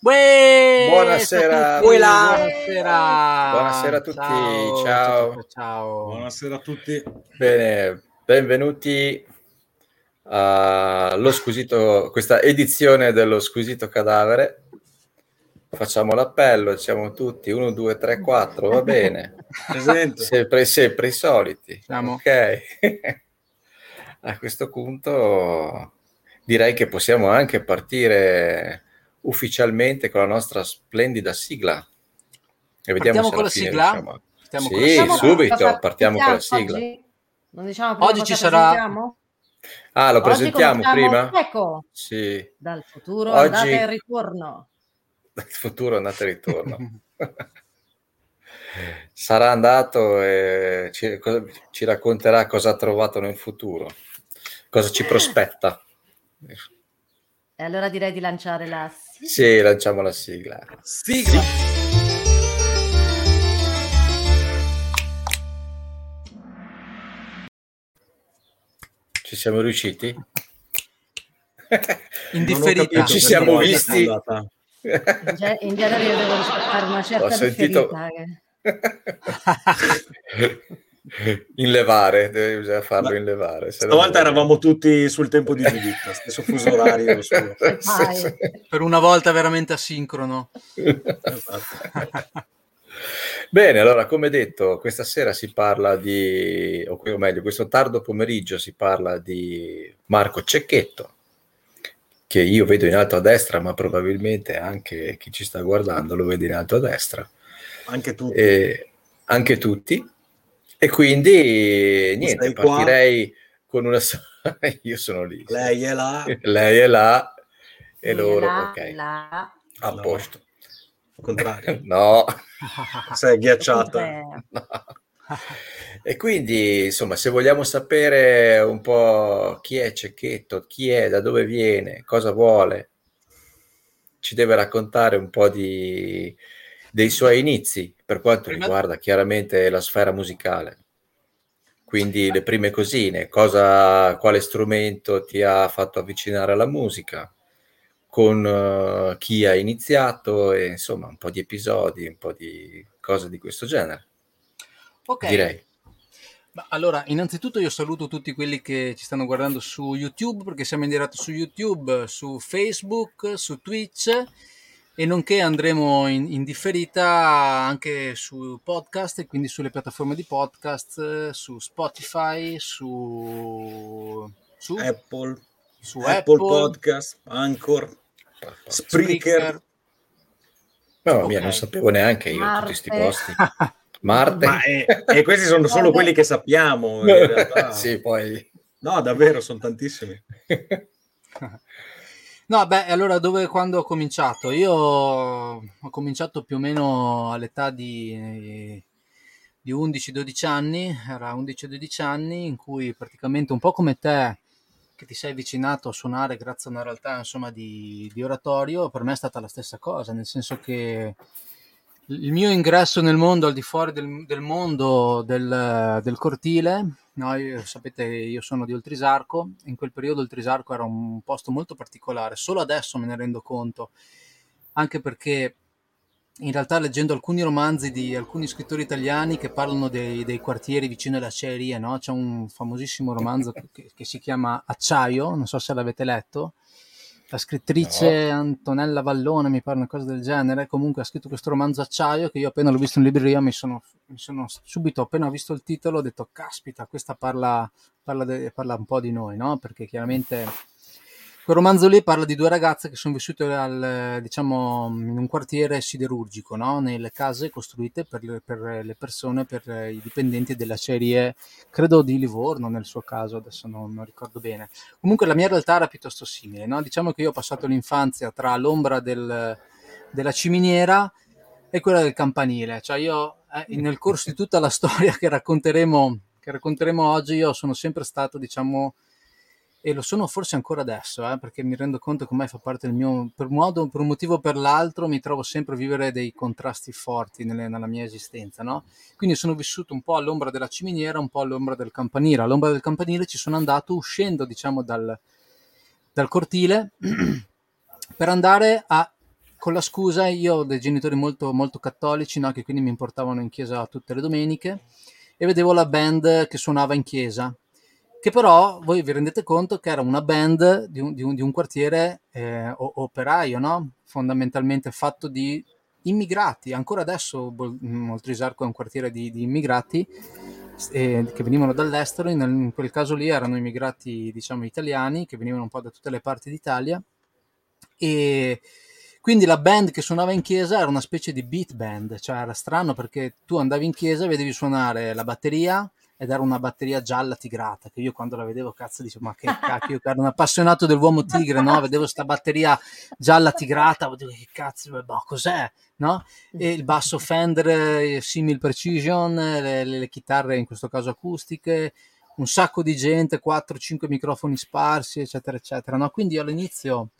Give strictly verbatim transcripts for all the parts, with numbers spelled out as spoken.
Uè, Buonasera. Buonasera. Buonasera a tutti. Ciao. Ciao. Ciao, ciao. Buonasera a tutti. Bene, benvenuti allo squisito, questa edizione dello Squisito Cadavere. Facciamo l'appello, diciamo tutti uno, due, tre, quattro, va bene. Presente. Sempre, sempre i soliti. Siamo. Ok. A questo punto direi che possiamo anche partire ufficialmente con la nostra splendida sigla. E vediamo Partiamo se con alla la fine sigla? riusciamo. Partiamo Sì, con la sigla. subito, Cosa partiamo con la presentiamo sigla. Oggi? Non diciamo prima Oggi cosa ci sarà- presentiamo? Ah, lo Oggi presentiamo cominciamo prima? Eco, Sì. dal futuro Oggi- andata e ritorno. Dal futuro andata e ritorno. Sarà andato e ci, cosa- ci racconterà cosa ha trovato nel futuro, cosa ci prospetta. E allora direi di lanciare la sigla. Sì, lanciamo la sigla. Sigla. Ci siamo riusciti? In Non ho differita. capito Ci perché siamo oggi visti. è andata. In, ge- in genere io devo rispettare una certa Ho sentito differità. che- in levare, bisogna farlo Ma in levare. se no Stavolta non- eravamo tutti sul tempo di Giuditta, stesso fuso orario. Su... Sì, Vai. sì. Per una volta veramente asincrono. Esatto. Bene, allora come detto, questa sera si parla di, o o meglio, questo tardo pomeriggio si parla di Marco Cecchetto, che io vedo in alto a destra, ma probabilmente anche chi ci sta guardando lo vede in alto a destra. Anche tu. E anche tutti. E quindi niente, sei qua? partirei con una so- io sono lì. sì. Lei è là. Lei è là e E loro, là, ok, là. a No. posto. Al contrario. No. Sei ghiacciata. Cos'è? No. E quindi, insomma, se vogliamo sapere un po' chi è Cecchetto, chi è, da dove viene, cosa vuole, ci deve raccontare un po' di, dei suoi inizi per quanto Prima- riguarda chiaramente la sfera musicale. Quindi le prime cosine, cosa, quale strumento ti ha fatto avvicinare alla musica, con eh, chi ha iniziato e insomma un po' di episodi, un po' di cose di questo genere. Ok. Direi. Ma allora, innanzitutto io saluto tutti quelli che ci stanno guardando su YouTube, perché siamo in diretta su YouTube, su Facebook, su Twitch, e nonché andremo in, in differita anche su podcast, e quindi sulle piattaforme di podcast, su Spotify, su, su, Apple. su Apple, Apple, Podcast, Anchor, Spreaker. Mamma mia, Ok. non sapevo neanche io Marte. tutti sti posti. Marte. Ma eh, e questi sono solo Vabbè. quelli che sappiamo. In realtà. Sì, poi. No, davvero, sono tantissimi. No, beh, allora dove quando ho cominciato? Io ho cominciato più o meno all'età di, di undici dodici anni, era undici dodici anni in cui praticamente un po' come te, che ti sei avvicinato a suonare grazie a una realtà insomma di, di oratorio, per me è stata la stessa cosa, nel senso che il mio ingresso nel mondo, al di fuori del, del mondo del, del cortile, no, io, sapete io sono di Oltrisarco, in quel periodo Oltrisarco era un posto molto particolare, solo adesso me ne rendo conto, anche perché in realtà leggendo alcuni romanzi di alcuni scrittori italiani che parlano dei, dei quartieri vicino alle acciaierie, no? C'è un famosissimo romanzo che, che si chiama Acciaio, non so se l'avete letto. La scrittrice No. Antonella Vallone, mi pare una cosa del genere, comunque ha scritto questo romanzo Acciaio che io appena l'ho visto in libreria mi sono, mi sono subito, appena ho visto il titolo, ho detto caspita, questa parla, parla, de, parla un po' di noi, no? Perché chiaramente quel romanzo lì parla di due ragazze che sono vissute al, diciamo, in un quartiere siderurgico, no? Nelle case costruite per le, per le persone, per i dipendenti delle acciaierie, credo di Livorno nel suo caso, adesso non, non ricordo bene. Comunque la mia realtà era piuttosto simile, no? Diciamo che io ho passato l'infanzia tra l'ombra del, della ciminiera e quella del campanile, cioè io eh, nel corso di tutta la storia che racconteremo, che racconteremo oggi, io sono sempre stato, diciamo, e lo sono forse ancora adesso, eh, perché mi rendo conto che ormai fa parte del mio, per un modo, per un motivo o per l'altro, mi trovo sempre a vivere dei contrasti forti nelle, nella mia esistenza, no? Quindi sono vissuto un po' all'ombra della ciminiera, un po' all'ombra del campanile. All'ombra del campanile ci sono andato uscendo, diciamo, dal, dal cortile per andare a con la scusa, io ho dei genitori molto, molto cattolici, no? Che quindi mi portavano in chiesa tutte le domeniche e vedevo la band che suonava in chiesa, che però voi vi rendete conto che era una band di un, di un, di un quartiere eh, o- operaio, no? Fondamentalmente fatto di immigrati. Ancora adesso Bol- Oltrisarco è un quartiere di, di immigrati eh, che venivano dall'estero. In, in quel caso lì erano immigrati, diciamo, italiani che venivano un po' da tutte le parti d'Italia, e quindi la band che suonava in chiesa era una specie di beat band, cioè era strano perché tu andavi in chiesa e vedevi suonare la batteria ed era una batteria gialla tigrata, che io quando la vedevo cazzo dicevo ma che cacchio, io che ero un appassionato dell'uomo tigre, no? Vedevo sta batteria gialla tigrata, dico, che cazzo, boh, cos'è? No? E il basso Fender eh, Simil Precision, le, le, le chitarre in questo caso acustiche, un sacco di gente, quattro cinque microfoni sparsi, eccetera, eccetera, no? Quindi io all'inizio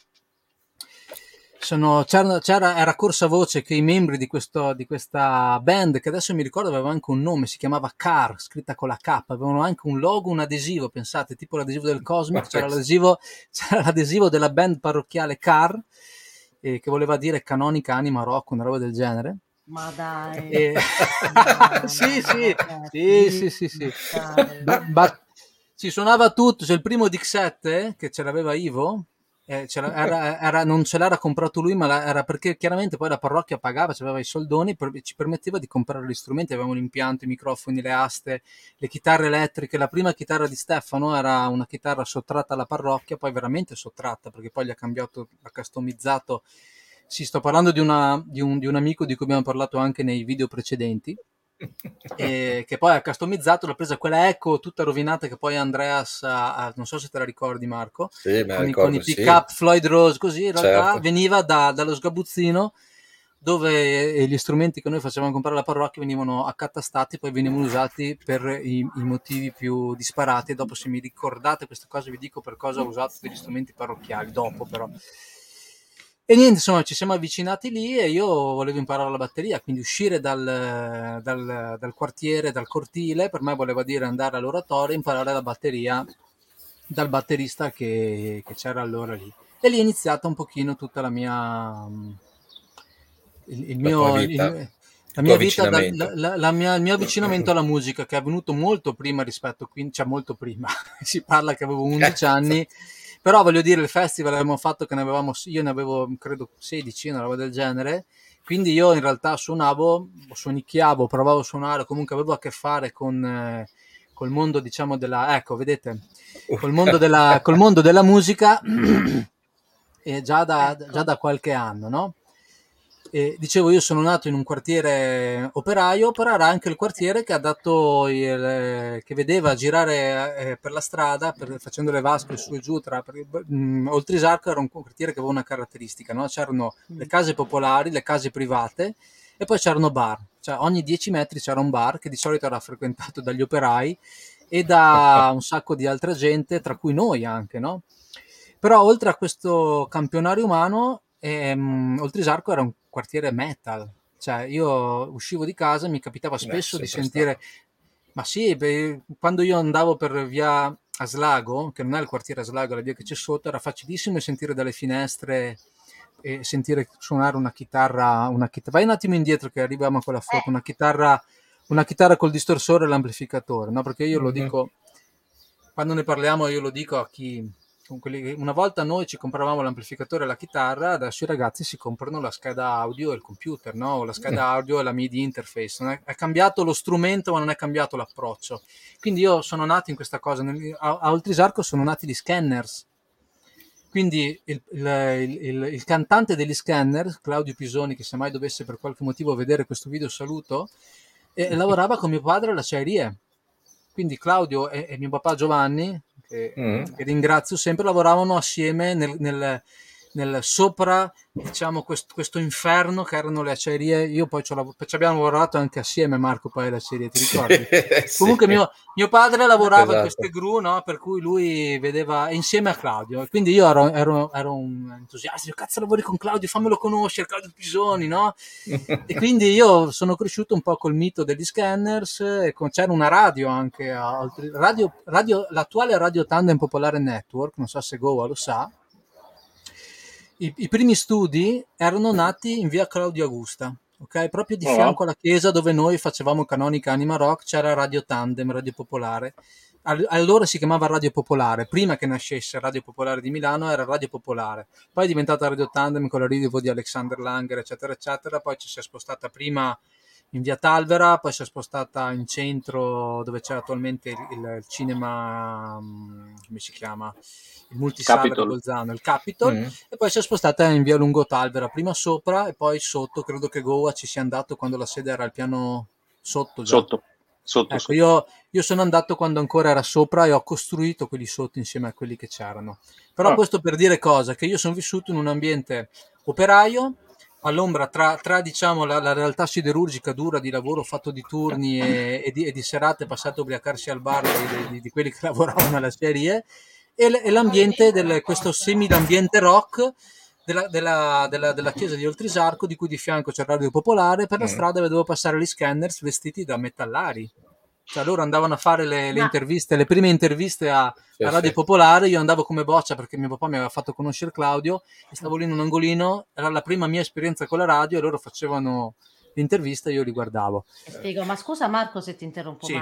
sono, c'era, c'era, era corsa voce che i membri di, questo, di questa band, che adesso mi ricordo aveva anche un nome, si chiamava Car, scritta con la K, avevano anche un logo, un adesivo, pensate, tipo l'adesivo del Cosmic, c'era l'adesivo, c'era l'adesivo della band parrocchiale Car, eh, che voleva dire Canonica Anima Rock, una roba del genere. Ma dai, E... no, sì, sì, vabbè, sì, sì, sì, sì. dai. Ba- ba- ci suonava tutto, c'è il primo Dixette che ce l'aveva Ivo, eh, ce l'ha- era, era- non ce l'era comprato lui, ma la- era perché chiaramente poi la parrocchia pagava, aveva i soldoni, per- ci permetteva di comprare gli strumenti, avevamo l'impianto, i microfoni, le aste, le chitarre elettriche. La prima chitarra di Stefano era una chitarra sottratta alla parrocchia, poi veramente sottratta, perché poi gli ha cambiato, l'ha customizzato. Sì, sto parlando di, una, di, un, di un amico di cui abbiamo parlato anche nei video precedenti, e che poi ha customizzato, l'ha presa quella Echo tutta rovinata che poi Andreas ha, ha- non so se te la ricordi Marco, Sì, me la con i, con i ricordo, pick sì, up Floyd Rose, così in realtà certo. veniva da- dallo sgabuzzino dove eh, gli strumenti che noi facevamo comprare alla parrocchia venivano accatastati, poi venivano usati per i, i motivi più disparati. E dopo, se mi ricordate queste cose, vi dico per cosa ho usato degli strumenti parrocchiali dopo, però. E niente, insomma, ci siamo avvicinati lì e io volevo imparare la batteria, quindi uscire dal, dal, dal quartiere, dal cortile, per me voleva dire andare all'oratorio e imparare la batteria dal batterista che, che c'era allora lì. E lì è iniziata un pochino tutta la mia, il, il La tua mio, vita, il- la il tuo mia vita, dal- la, avvicinamento. la- la mia- il mio avvicinamento alla musica, che è avvenuto molto prima rispetto, quindi, cioè molto prima, si parla che avevo undici anni, però voglio dire, il festival avevamo fatto che ne avevamo, io ne avevo credo sedici, una roba del genere, quindi io in realtà suonavo, suonicchiavo, provavo a suonare, comunque avevo a che fare con, eh, col mondo, diciamo, della, ecco, vedete, col mondo della, col mondo della musica e già da, già Ecco. da qualche anno, no? E dicevo, io sono nato in un quartiere operaio, però era anche il quartiere che ha dato il, che vedeva girare eh, per la strada per, facendo le vasche su e giù tra, per, mh, Oltrisarco era un quartiere che aveva una caratteristica, no? C'erano le case popolari, le case private e poi c'erano bar, cioè ogni dieci metri c'era un bar che di solito era frequentato dagli operai e da un sacco di altra gente, tra cui noi anche, no? Però oltre a questo campionario umano, ehm, Oltrisarco era un quartiere metal, cioè io uscivo di casa e mi capitava Beh, spesso di sempre sentire, stato. ma sì, beh, quando io andavo per via Aslago, che non è il quartiere Aslago, è la via che c'è sotto, era facilissimo sentire dalle finestre e sentire suonare una chitarra, una chitarra. Vai un attimo indietro che arriviamo a quella foto, Eh, una chitarra, una chitarra col distorsore e l'amplificatore, no? Perché io lo Mhm. dico, quando ne parliamo io lo dico a chi, con quelli che- una volta noi ci compravamo l'amplificatore e la chitarra, adesso i ragazzi si comprano la scheda audio e il computer, no? O la scheda audio e la MIDI interface. Non è, è cambiato lo strumento, ma non è cambiato l'approccio. Quindi io sono nato in questa cosa. Nel- A, a Oltrisarco sono nati gli scanners. Quindi il, il- il- il- il cantante degli Scanners, Claudio Pisoni, che se mai dovesse per qualche motivo vedere questo video saluto, eh, lavorava con mio padre alle acciaierie. Quindi Claudio e, e mio papà Giovanni, che, Mhm. che ringrazio sempre, lavoravano assieme nel, nel- nel sopra, diciamo, quest- questo inferno che erano le acciaierie. Io poi ci, ho lav- ci abbiamo lavorato anche assieme, Marco, poi alle acciaierie, ti Sì, ricordi? sì, Comunque mio, mio padre lavorava in queste esatto. gru, no? Per cui lui vedeva insieme a Claudio, e quindi io ero, ero- ero un entusiasta, dico, cazzo lavori con Claudio, fammelo conoscere, Claudio Pisoni, no? E quindi io sono cresciuto un po' col mito degli Scanners, e con- c'era una radio anche, a- oltre- radio, radio- l'attuale Radio Tandem Popolare Network, non so se Goa lo sa, i, i primi studi erano nati in via Claudio Augusta, ok? Proprio di Oh. fianco alla chiesa dove noi facevamo Canonica Anima Rock c'era Radio Tandem, Radio Popolare. All- Allora si chiamava Radio Popolare, prima che nascesse Radio Popolare di Milano era Radio Popolare, poi è diventata Radio Tandem con l'arrivo di Alexander Langer, eccetera, eccetera, poi ci si è spostata prima in via Talvera, poi si è spostata in centro dove c'è attualmente il, il- il cinema, mm, come si chiama? Il multisala di Capitol. Bolzano, il Capitol, Mm. e poi si è spostata in via Lungo Talvera, prima sopra e poi sotto. Credo che Goa ci sia andato quando la sede era al piano sotto già. Sotto, sotto, Ecco, sotto. io, io sono andato quando ancora era sopra e ho costruito quelli sotto insieme a quelli che c'erano. Però Ah. questo per dire cosa? Che io sono vissuto in un ambiente operaio, all'ombra tra, tra diciamo, la, la realtà siderurgica dura di lavoro fatto di turni e, e di, e di serate passate a ubriacarsi al bar di, di- di quelli che lavoravano alla serie, e, l- e l'ambiente, del, questo semi-ambiente rock della, della, della, della chiesa di Oltrisarco, di cui di fianco c'è il Radio Popolare. Per la Mm. strada vedevo passare gli scanners vestiti da metallari. Cioè loro andavano a fare le, le Ma- interviste, le prime interviste a, Sì, a Radio sì. Popolare. Io andavo come boccia perché mio papà mi aveva fatto conoscere Claudio e stavo lì in un angolino, era la prima mia esperienza con la radio e loro facevano l'intervista e io li guardavo. Ti spiego, ma scusa Marco se ti interrompo, Sì. ma,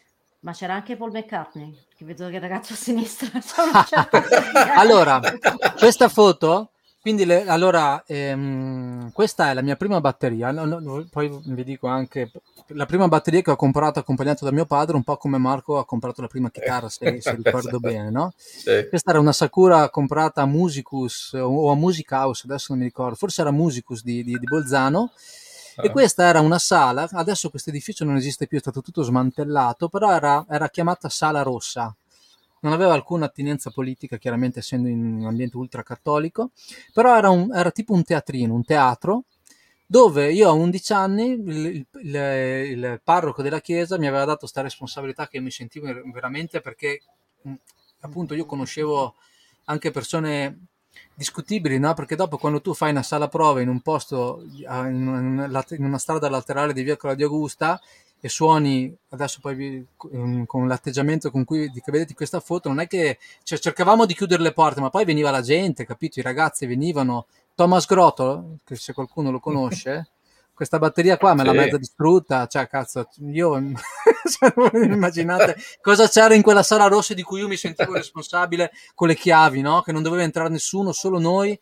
ma c'era anche Paul McCartney? Perché vedo che il ragazzo a sinistra c'ha una certa idea. Allora, questa foto, quindi le- allora, ehm, questa è la mia prima batteria. No, no, no, poi vi dico anche la prima batteria che ho comprato accompagnato da mio padre, un po' come Marco ha comprato la prima chitarra, se, se ricordo bene, no? Sì. Questa era una Sakura comprata a Musicus o a Music House, adesso non mi ricordo, forse era Musicus di, di, di Bolzano. E Ah. questa era una sala, adesso questo edificio non esiste più, è stato tutto smantellato, però era, era chiamata Sala Rossa. Non aveva alcuna attinenza politica, chiaramente essendo in un ambiente ultracattolico, però era, un, era tipo un teatrino, un teatro, dove io a undici anni il, il- il- il parroco della chiesa mi aveva dato questa responsabilità che io mi sentivo veramente, perché mh, appunto io conoscevo anche persone discutibili, no? Perché dopo quando tu fai una sala prove in un posto, ah, in una, in una strada laterale di via Claudio Augusta, e suoni, adesso poi vi- con con l'atteggiamento con cui di- che vedete questa foto, non è che cioè, cercavamo di chiudere le porte, ma poi veniva la gente, capito? I ragazzi venivano. Thomas Grotto, che se qualcuno lo conosce, questa batteria qua me l'ha Sì. mezza distrutta, cioè cazzo, io cioè, non immaginate cosa c'era in quella sala rossa di cui io mi sentivo responsabile con le chiavi, no? Che non doveva entrare nessuno, solo noi.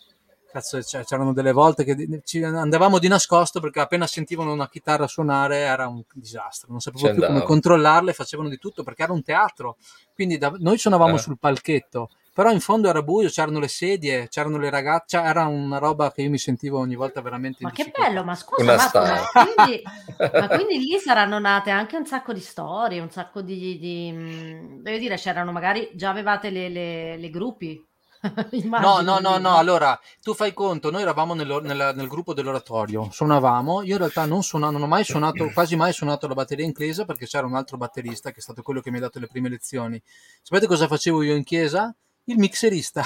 Cazzo, cioè, c'erano delle volte che di- ci andavamo di nascosto perché appena sentivano una chitarra suonare era un disastro, non sapevo Ci più come andavo. controllarle, facevano di tutto perché era un teatro, quindi da- noi suonavamo Ah. sul palchetto, però in fondo era buio, c'erano le sedie, c'erano le ragazze, cioè, era una roba che io mi sentivo ogni volta veramente in Ma che difficoltà. bello, ma scusa Una Marco, ma star. quindi, ma quindi lì saranno nate anche un sacco di storie, un sacco di, di mh, voglio dire, c'erano magari, già avevate le, le- le gruppi, No, immagino no, no, lì, no, allora tu fai conto, noi eravamo nello- nella- nel gruppo dell'oratorio, suonavamo, io in realtà non, suona- non ho mai suonato, quasi mai suonato la batteria in chiesa perché c'era un altro batterista che è stato quello che mi ha dato le prime lezioni. Sapete cosa facevo io in chiesa? Il mixerista.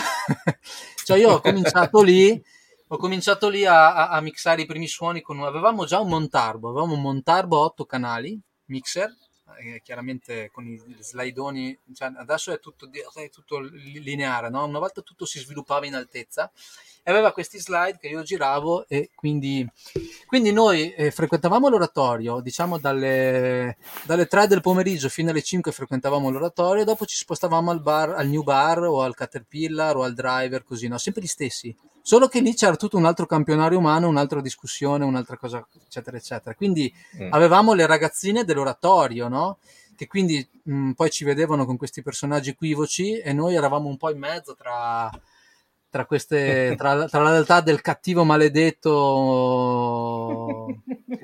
Cioè io ho cominciato lì, ho cominciato lì a, a- a mixare i primi suoni con, avevamo già un Montarbo, avevamo un Montarbo a otto canali, mixer, eh, chiaramente con i slidoni, cioè adesso è tutto, di- è tutto li- lineare, no? Una volta tutto si sviluppava in altezza e aveva questi slide che io giravo e quindi, quindi noi eh, frequentavamo l'oratorio, diciamo dalle, dalle tre del pomeriggio fino alle cinque frequentavamo l'oratorio, dopo ci spostavamo al bar, al New Bar o al Caterpillar o al Driver, così, no? Sempre gli stessi. Solo che lì c'era tutto un altro campionario umano, un'altra discussione, un'altra cosa, eccetera, eccetera. Quindi Mm. avevamo le ragazzine dell'oratorio, no? Che quindi mh, poi ci vedevano con questi personaggi equivoci e noi eravamo un po' in mezzo tra, tra queste, tra, tra la realtà del cattivo maledetto.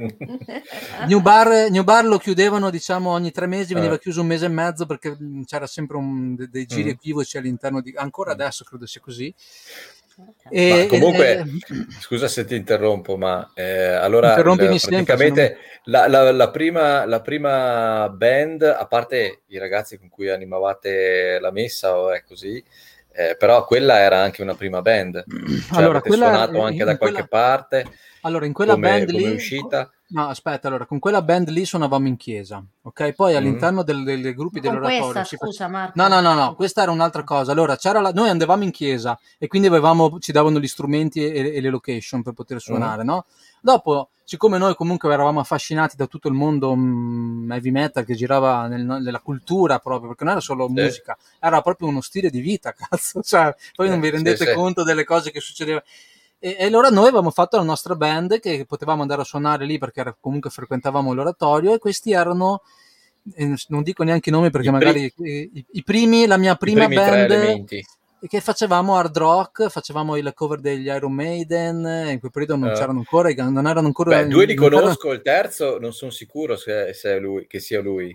New Bar, New Bar lo chiudevano, diciamo, ogni tre mesi, veniva Eh. chiuso un mese e mezzo perché mh, c'era sempre un- de- dei giri Mm. equivoci all'interno di, ancora adesso credo sia così. Ok. E, Ma e- comunque, e- scusa se ti interrompo, ma eh, allora Interrompimi il- sempre, praticamente la, la- la prima, la prima band, a parte i ragazzi con cui animavate la messa o è così, eh, però quella era anche una prima band, cioè allora, avete quella, suonato anche in da quella- qualche parte allora, in quella come, band come lì, uscita? No, aspetta, allora, con quella band lì suonavamo in chiesa, ok? Poi Mm. all'interno del- dei, dei gruppi Con dell'oratorio questa, si scusa face- Marco. No, no, no, no, questa era un'altra cosa. Allora, c'era la- noi andavamo in chiesa e quindi avevamo, ci davano gli strumenti e, e le location per poter suonare, no? Dopo, siccome noi comunque eravamo affascinati da tutto il mondo mm, heavy metal che girava nel- nella cultura proprio, perché non era solo Sì. musica, era proprio uno stile di vita, cazzo. Cioè, poi non vi Sì, rendete sì. conto delle cose che succedevano. E, e allora noi avevamo fatto la nostra band che potevamo andare a suonare lì perché era- comunque frequentavamo l'oratorio e questi erano, eh, non dico neanche i nomi perché I, pri- magari eh, i, i primi, la mia i prima primi tre band elementi. che facevamo hard rock, facevamo il cover degli Iron Maiden, eh, in quel periodo non Eh. c'erano ancora, i Gun- non erano ancora... Beh, due li non c'erano- conosco, il terzo non sono sicuro se, se è lui, che sia lui.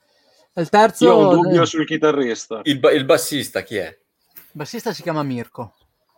il Io ho un terzo, dubbio eh, sul chitarrista. Il, ba- il bassista chi è? il bassista si chiama Mirko,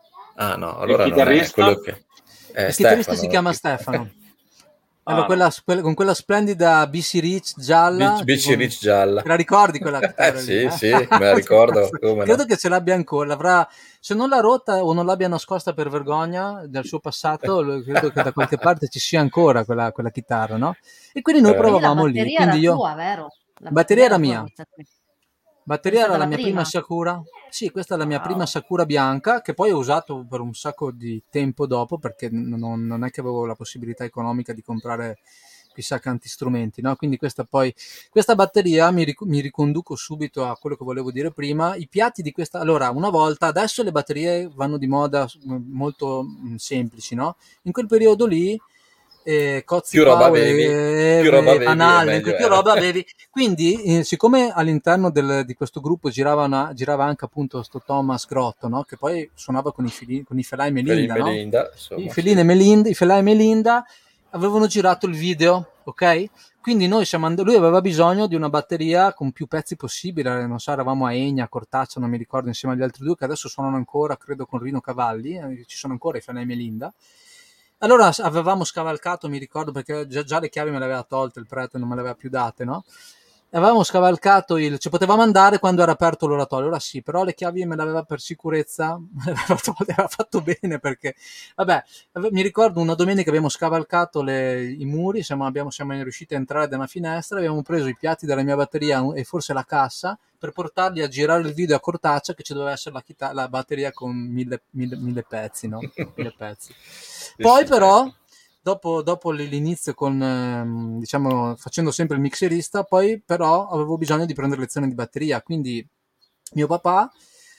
Ah no, Il allora non è chitarrista? quello che... È il chitarrista si Stefano. chiama Stefano. Allora, Ah, quella, no. quella- con quella splendida B C Rich gialla, Bici, bici con- Rich gialla. te la ricordi quella chitarra Eh, lì? sì, eh? sì, me la ricordo, come Credo no. che ce l'abbia ancora, l'avrà, se non l'ha rotta o non l'abbia nascosta per vergogna del suo passato, lo- credo che da qualche parte ci sia ancora quella, quella chitarra, no? E quindi noi Eh. Quindi la provavamo lì, batteria quindi era io, tua, vero? La batteria batteria era era tua mia, questa qui. batteria È era stata la la mia prima prima? Sakura, sì, questa è la mia Wow. prima Sakura bianca, che poi ho usato per un sacco di tempo dopo, perché non, non è che avevo la possibilità economica di comprare chissà quanti strumenti, no? Quindi questa poi, questa batteria mi, ric- mi riconduco subito a quello che volevo dire prima, i piatti di questa, allora, una volta, adesso le batterie vanno di moda mm, molto mm, semplici, no? In quel periodo lì, eh, Cozzi Più roba Power, avevi, eh, più roba eh, avevi Van e Halen, meglio più era. roba avevi. Quindi, eh, siccome all'interno del- di questo gruppo girava, una- girava anche appunto sto Thomas Grotto, no? Che poi suonava con i, fili- con i Felai Felin Melinda, no? Melinda, I insomma, Felini e sì. Melinda, i Felai Melinda avevano girato il video, ok? Quindi noi siamo and- lui aveva bisogno di una batteria con più pezzi possibile, non so, eravamo a Egna, a Cortaccia, non mi ricordo, insieme agli altri due che adesso suonano ancora, credo con Rino Cavalli, eh, ci sono ancora i Felai Melinda. Allora s- avevamo scavalcato, mi ricordo, perché già, già le chiavi me le aveva tolte il prete, non me le aveva più date, no? E avevamo scavalcato il... Ci potevamo andare quando era aperto l'oratorio, ora sì, però le chiavi me le aveva per sicurezza, me le aveva, tolte, aveva fatto bene perché... Vabbè, ave- mi ricordo una domenica abbiamo scavalcato le- i muri, siamo, abbiamo, siamo riusciti a entrare da una finestra, abbiamo preso i piatti della mia batteria e forse la cassa per portarli a girare il video a Cortaccia che ci doveva essere la, chita- la batteria con mille, mille, mille pezzi, no? Mille pezzi. Sì, Poi sì, però, certo. dopo, dopo l'inizio con, ehm, diciamo, facendo sempre il mixerista, poi però avevo bisogno di prendere lezioni di batteria, quindi mio papà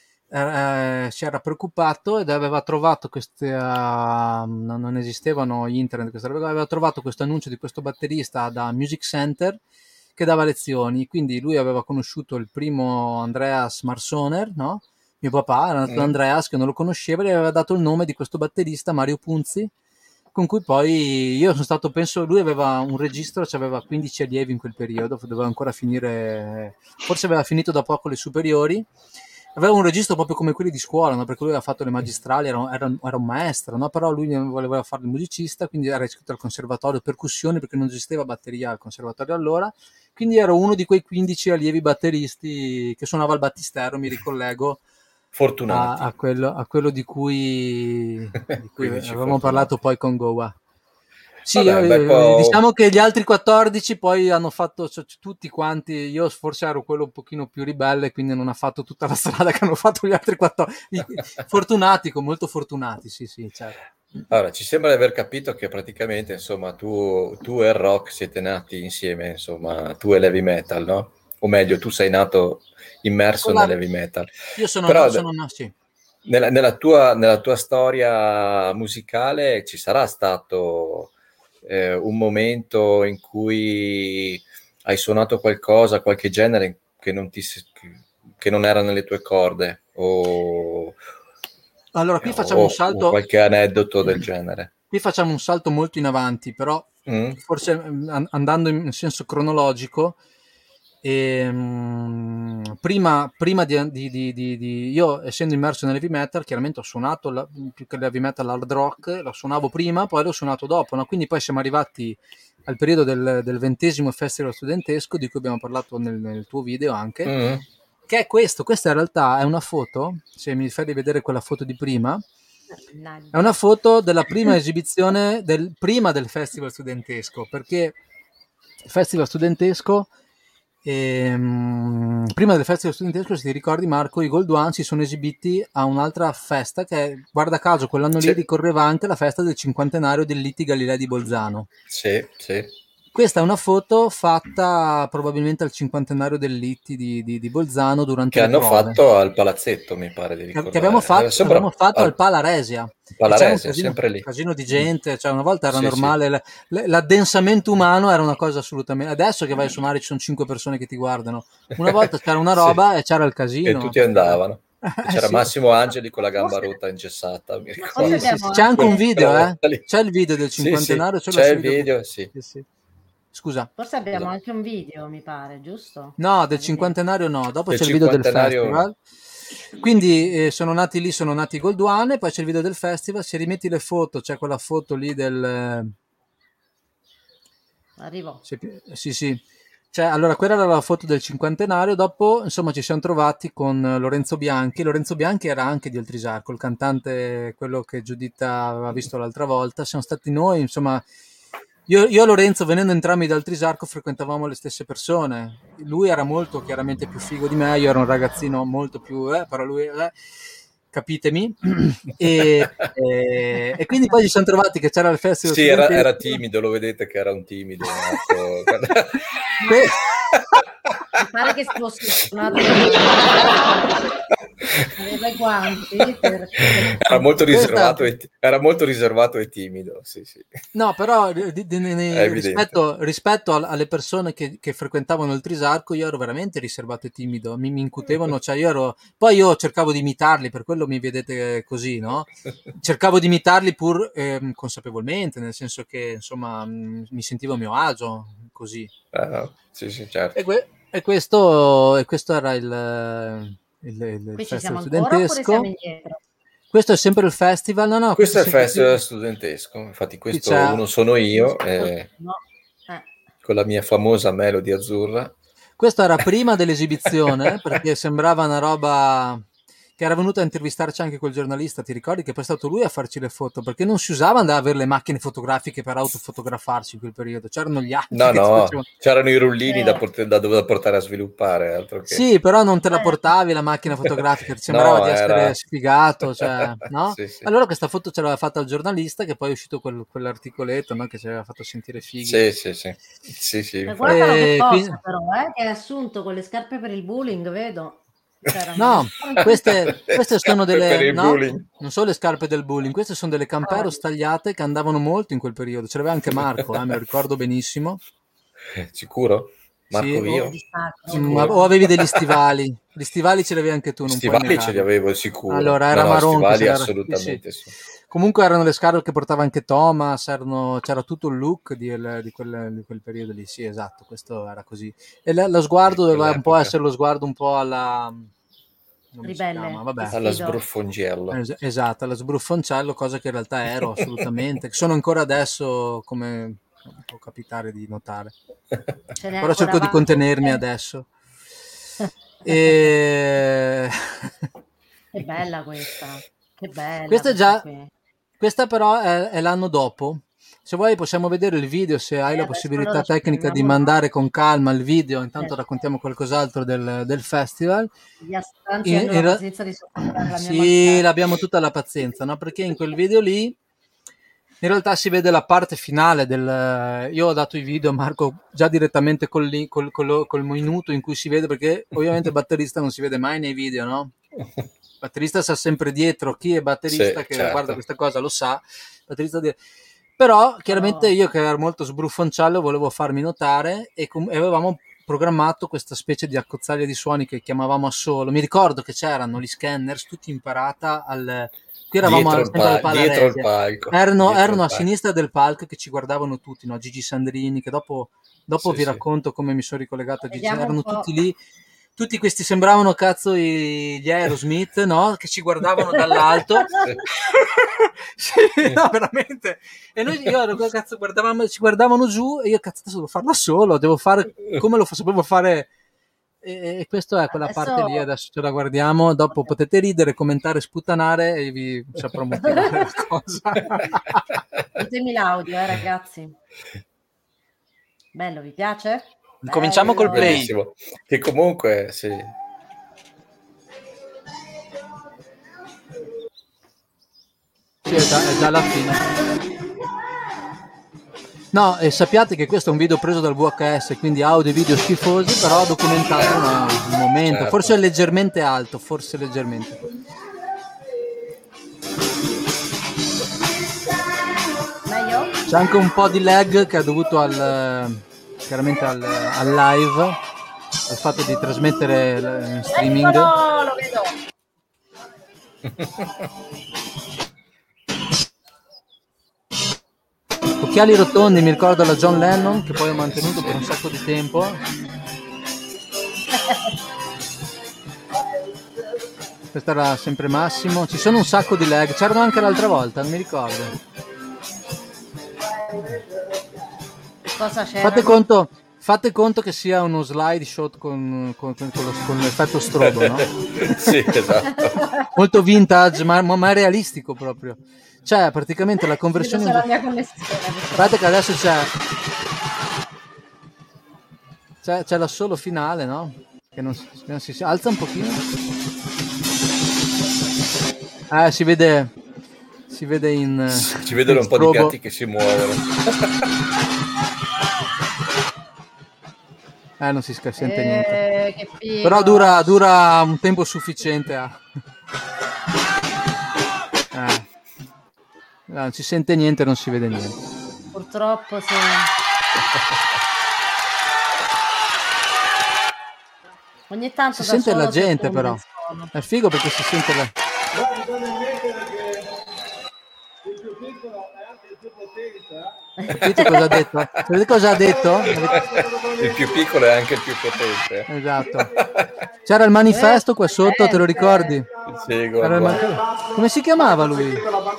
eh, si era preoccupato ed aveva trovato queste, uh, non, non esistevano internet, queste robe qua, aveva trovato questo annuncio di questo batterista da Music Center che dava lezioni, quindi lui aveva conosciuto il primo Andreas Marsoner, no? Mio papà era nato da Mm. Andreas che non lo conosceva e gli aveva dato il nome di questo batterista Mario Punzi, con cui poi io sono stato, penso, lui aveva un registro, cioè aveva quindici allievi in quel periodo, doveva ancora finire, forse aveva finito da poco le superiori, aveva un registro proprio come quelli di scuola, no? Perché lui aveva fatto le magistrali, era, era, era un maestro, no? Però lui voleva fare il musicista, quindi era iscritto al conservatorio percussioni perché non esisteva batteria al conservatorio allora, quindi ero uno di quei quindici allievi batteristi che suonava il battistero, mi ricollego a, Fortunati. a quello, a quello di cui, di cui quindici avevamo parlato fortunati. poi con Goa. Sì, io, Vabbè, un bel eh, po'... diciamo che gli altri quattordici poi hanno fatto cioè, tutti quanti, io forse ero quello un pochino più ribelle, quindi non ha fatto tutta la strada che hanno fatto gli altri quattordici. I- Fortunati, con molto fortunati, sì, sì, certo. Allora, ci sembra di aver capito che praticamente, insomma, tu, tu e il rock siete nati insieme, insomma, tu e l'heavy metal, no? O meglio, tu sei nato immerso Con la- nell'heavy metal. Io sono, Però no, sono no, sì. nella, nella tua, nella tua storia musicale ci sarà stato eh, un momento in cui hai suonato qualcosa, qualche genere che non, ti, che non era nelle tue corde o, Allora, qui facciamo o, un o salto. qualche aneddoto del genere. Qui facciamo un salto molto in avanti, però Mm? forse mm, an- andando in senso cronologico, ehm, prima, prima di, di- di- di- di- io essendo immerso nell'heavy metal, chiaramente ho suonato la- più che l'heavy metal hard rock, lo suonavo prima, poi l'ho suonato dopo, no? Quindi poi siamo arrivati al periodo del, del ventesimo festival studentesco di cui abbiamo parlato nel, nel tuo video anche, Mm? che è questo, questa in realtà è una foto, se mi fai rivedere quella foto di prima, È una foto della prima esibizione, del, prima del Festival Studentesco, perché il Festival Studentesco, ehm, prima del Festival Studentesco, se ti ricordi Marco, i Gold One si sono esibiti a un'altra festa che, guarda caso, quell'anno lì Sì. ricorreva anche la festa del cinquantenario del Litti Galilei di Bolzano. Sì, sì. Questa è una foto fatta probabilmente al cinquantenario del Litti di, di, di Bolzano durante Che le hanno prove. fatto al palazzetto, mi pare di Che, ricordare. che abbiamo fatto, Eh, sembra- abbiamo fatto al- al Palaresia. E c'era un Palaresia, casino, sempre lì. casino di gente, cioè una volta era Sì, normale, l- l- l'addensamento umano era una cosa assolutamente... Adesso che vai a suonare ci sono cinque persone che ti guardano. Una volta c'era una Sì. roba e c'era il E casino. tutti andavano. Eh, C'era sì. Massimo Angeli con la gamba Forse- rotta ingessata, mi Ma Sì, ricordo. forse sì, sì, abbiamo c'è anche un anche- video, eh? Quella lì. C'è il video del Sì, sì, cinquantenario, ce l'ho c'è il subito. video, sì. Sì, sì. Scusa. Forse abbiamo Scusa. anche un video, mi pare, giusto? No, del Vedete. cinquantenario no, dopo Del c'è il video del cinquantenario festival. Quindi eh, sono nati lì, sono nati i Gold One, poi c'è il video del festival, se rimetti le foto, c'è quella foto lì del... Arrivo. Sì, sì, sì. Cioè, allora, quella era la foto del cinquantenario. Dopo, insomma, ci siamo trovati con Lorenzo Bianchi. Lorenzo Bianchi era anche di Oltrisarco, il cantante, quello che Giuditta aveva visto l'altra volta. Siamo stati noi, insomma, io, io e Lorenzo, venendo entrambi da Oltrisarco, frequentavamo le stesse persone. Lui era molto chiaramente più figo di me, io ero un ragazzino molto più, eh, però lui, eh, capitemi. e, e, e quindi poi ci siamo trovati che c'era il festival Sì, era, era studentesco. timido, lo vedete che era un timido. Marco. Que- Mi pare che fosse suonato aveva i guanti perché... Era molto Questa- riservato e, era molto riservato e timido, sì, sì. No, però di- di- di- È evidente. rispetto, rispetto al- alle persone che, che frequentavano il Trisarco, io ero veramente riservato e timido. Mi, mi incutevano, cioè io ero. Poi io cercavo di imitarli, per quello mi vedete così, no? Cercavo di imitarli pur ehm, consapevolmente, nel senso che insomma mh, mi sentivo a mio agio, così. Ah, no. Sì, sì, certo. E, que- e questo, e questo era il, il, il Qui ci siamo festival ancora oppure siamo studentesco. indietro? Questo è sempre il festival, no, no, Questo è il sempre- festival studentesco, infatti questo c'è- uno sono io, eh, No. Eh. con la mia famosa Melody azzurra. Questo era prima dell'esibizione, perché sembrava una roba che era venuto a intervistarci anche quel giornalista, ti ricordi che poi è stato lui a farci le foto, perché non si usava andare ad avere le macchine fotografiche per autofotografarsi in quel periodo, c'erano gli altri No, che ci no, facevano. c'erano i rullini Eh. da, port- da, da portare a sviluppare, altro che... Sì, però non te la Eh. portavi la macchina fotografica, ti sembrava No, di essere era- sfigato, cioè, no? Sì, sì. Allora questa foto ce l'aveva fatta il giornalista, che poi è uscito quel- quell'articoletto, no? Che ci aveva fatto sentire fighi. Sì, sì, sì, sì, sì, Ma infatti. guardalo che Eh, cosa quindi- però, eh, che hai assunto con le scarpe per il bullying, vedo. C'erano No, le scarpe- queste, queste sono Scarpe per delle il no, bullying. non sono le scarpe del bullying, queste sono delle campero Ah. stagliate che andavano molto in quel periodo. Ce l'aveva anche Marco, eh, me lo ricordo benissimo. Sicuro? Marco Sì, io? o- di sacco. Mm, o avevi degli stivali. Gli stivali ce li avevi anche tu, non puoi Stivali ce li negarlo. avevo sicuro. Allora, No, era no, Maron che stivali se l'era- assolutamente sì, sì. sì. Comunque erano le scarpe che portava anche Thomas, erano- c'era tutto il look di, di quel, di quel periodo lì. Sì, esatto, questo era così. E la- lo sguardo Di doveva un po' quell'epoca. essere lo sguardo un po' alla... come si Ribelle. chiama? Vabbè. Sì. Alla Sfido. sbruffongiello. Es- esatto, allo sbruffoncello, cosa che in realtà ero assolutamente, che sono ancora adesso, come può capitare di notare. Ce n'è Però cerco di ancora contenermi avanti. adesso. E... Che bella questa. Che bella. Questa è già- qui. Questa però è, è l'anno dopo. Se vuoi possiamo vedere il video, se hai Eh, la adesso possibilità lo tecnica di speriamo. mandare con calma il video, intanto Eh. raccontiamo qualcos'altro del, del festival. Gli astanti In- hanno in la ra- pazienza di sopportare la mia Sì, mancata. l'abbiamo tutta la pazienza, no? Perché in quel video lì in realtà si vede la parte finale del... Io ho dato i video a Marco già direttamente col, link- col, col, col minuto in cui si vede, perché ovviamente il batterista non si vede mai nei video, no? Il batterista sta sempre dietro, chi è batterista Sì, che certo. guarda questa cosa lo sa. Il batterista di- Però chiaramente Oh. io che ero molto sbruffoncello volevo farmi notare e, com- e avevamo programmato questa specie di accozzaglia di suoni che chiamavamo assolo. Mi ricordo che c'erano gli scanners tutti in parata al... Qui eravamo Dietro al il, sempre al pa- dietro il Palaresia. palco. Erano, Dietro erano il a palco. sinistra del palco che ci guardavano tutti, no? Gigi Sandrini, che dopo, dopo Sì, vi sì. racconto come mi sono ricollegato a Gigi. Vediamo un Erano po'. tutti lì, tutti questi sembravano cazzo i- gli Aerosmith, no? Che ci guardavano dall'alto. Sì, no, veramente. E noi, io ero cazzo, guardavamo, ci guardavano giù e io cazzo adesso devo farlo solo, devo fare come lo fa- sapevo fare E, e questa è quella Adesso... parte lì, adesso ce la guardiamo, dopo potete ridere, commentare, sputanare e vi saprò motivare la cosa. Ditemi l'audio, eh ragazzi. Bello, vi piace? Cominciamo col play. Bellissimo. Che comunque, sì. Sì, è già, è già la fine. No, e sappiate che questo è un video preso dal V H S, quindi audio e video schifosi, però documentato no, un momento, Certo. forse leggermente alto, forse leggermente. Meglio? C'è anche un po' di lag che è dovuto al, chiaramente al, al live, al fatto di trasmettere in streaming. Eccolo, lo vedo. Occhiali rotondi, mi ricordo la John Lennon, che poi ho mantenuto per un sacco di tempo. Questo era sempre Massimo. Ci sono un sacco di lag, c'erano anche l'altra volta, non mi ricordo. Cosa c'era? Fate conto, fate conto che sia uno slideshow con, con, con, con, lo, con l'effetto strobo, no? Sì, esatto. Molto vintage, ma, ma realistico proprio. Cioè, praticamente la conversione... Vedo se la mia connessione. Guardate che adesso c'è... c'è... c'è la solo finale, no? Che non, che non si... alza un pochino. Eh, si vede... Si vede in... Ci vedono in un po' di strobo. gatti che si muovono. Eh, non si sente Eh, niente. che figo. Però dura, dura un tempo sufficiente a... Eh. No, non si sente niente, non si vede niente. Purtroppo sì. Ogni tanto Si da sente la solo gente circonda però. il suono. È figo perché si sente la... Capite cosa ha detto? Sapete cosa ha detto? Il più piccolo è anche il più potente. Esatto. C'era il manifesto qua sotto, te lo ricordi? Sì, Era il guarda. man- Come si chiamava lui?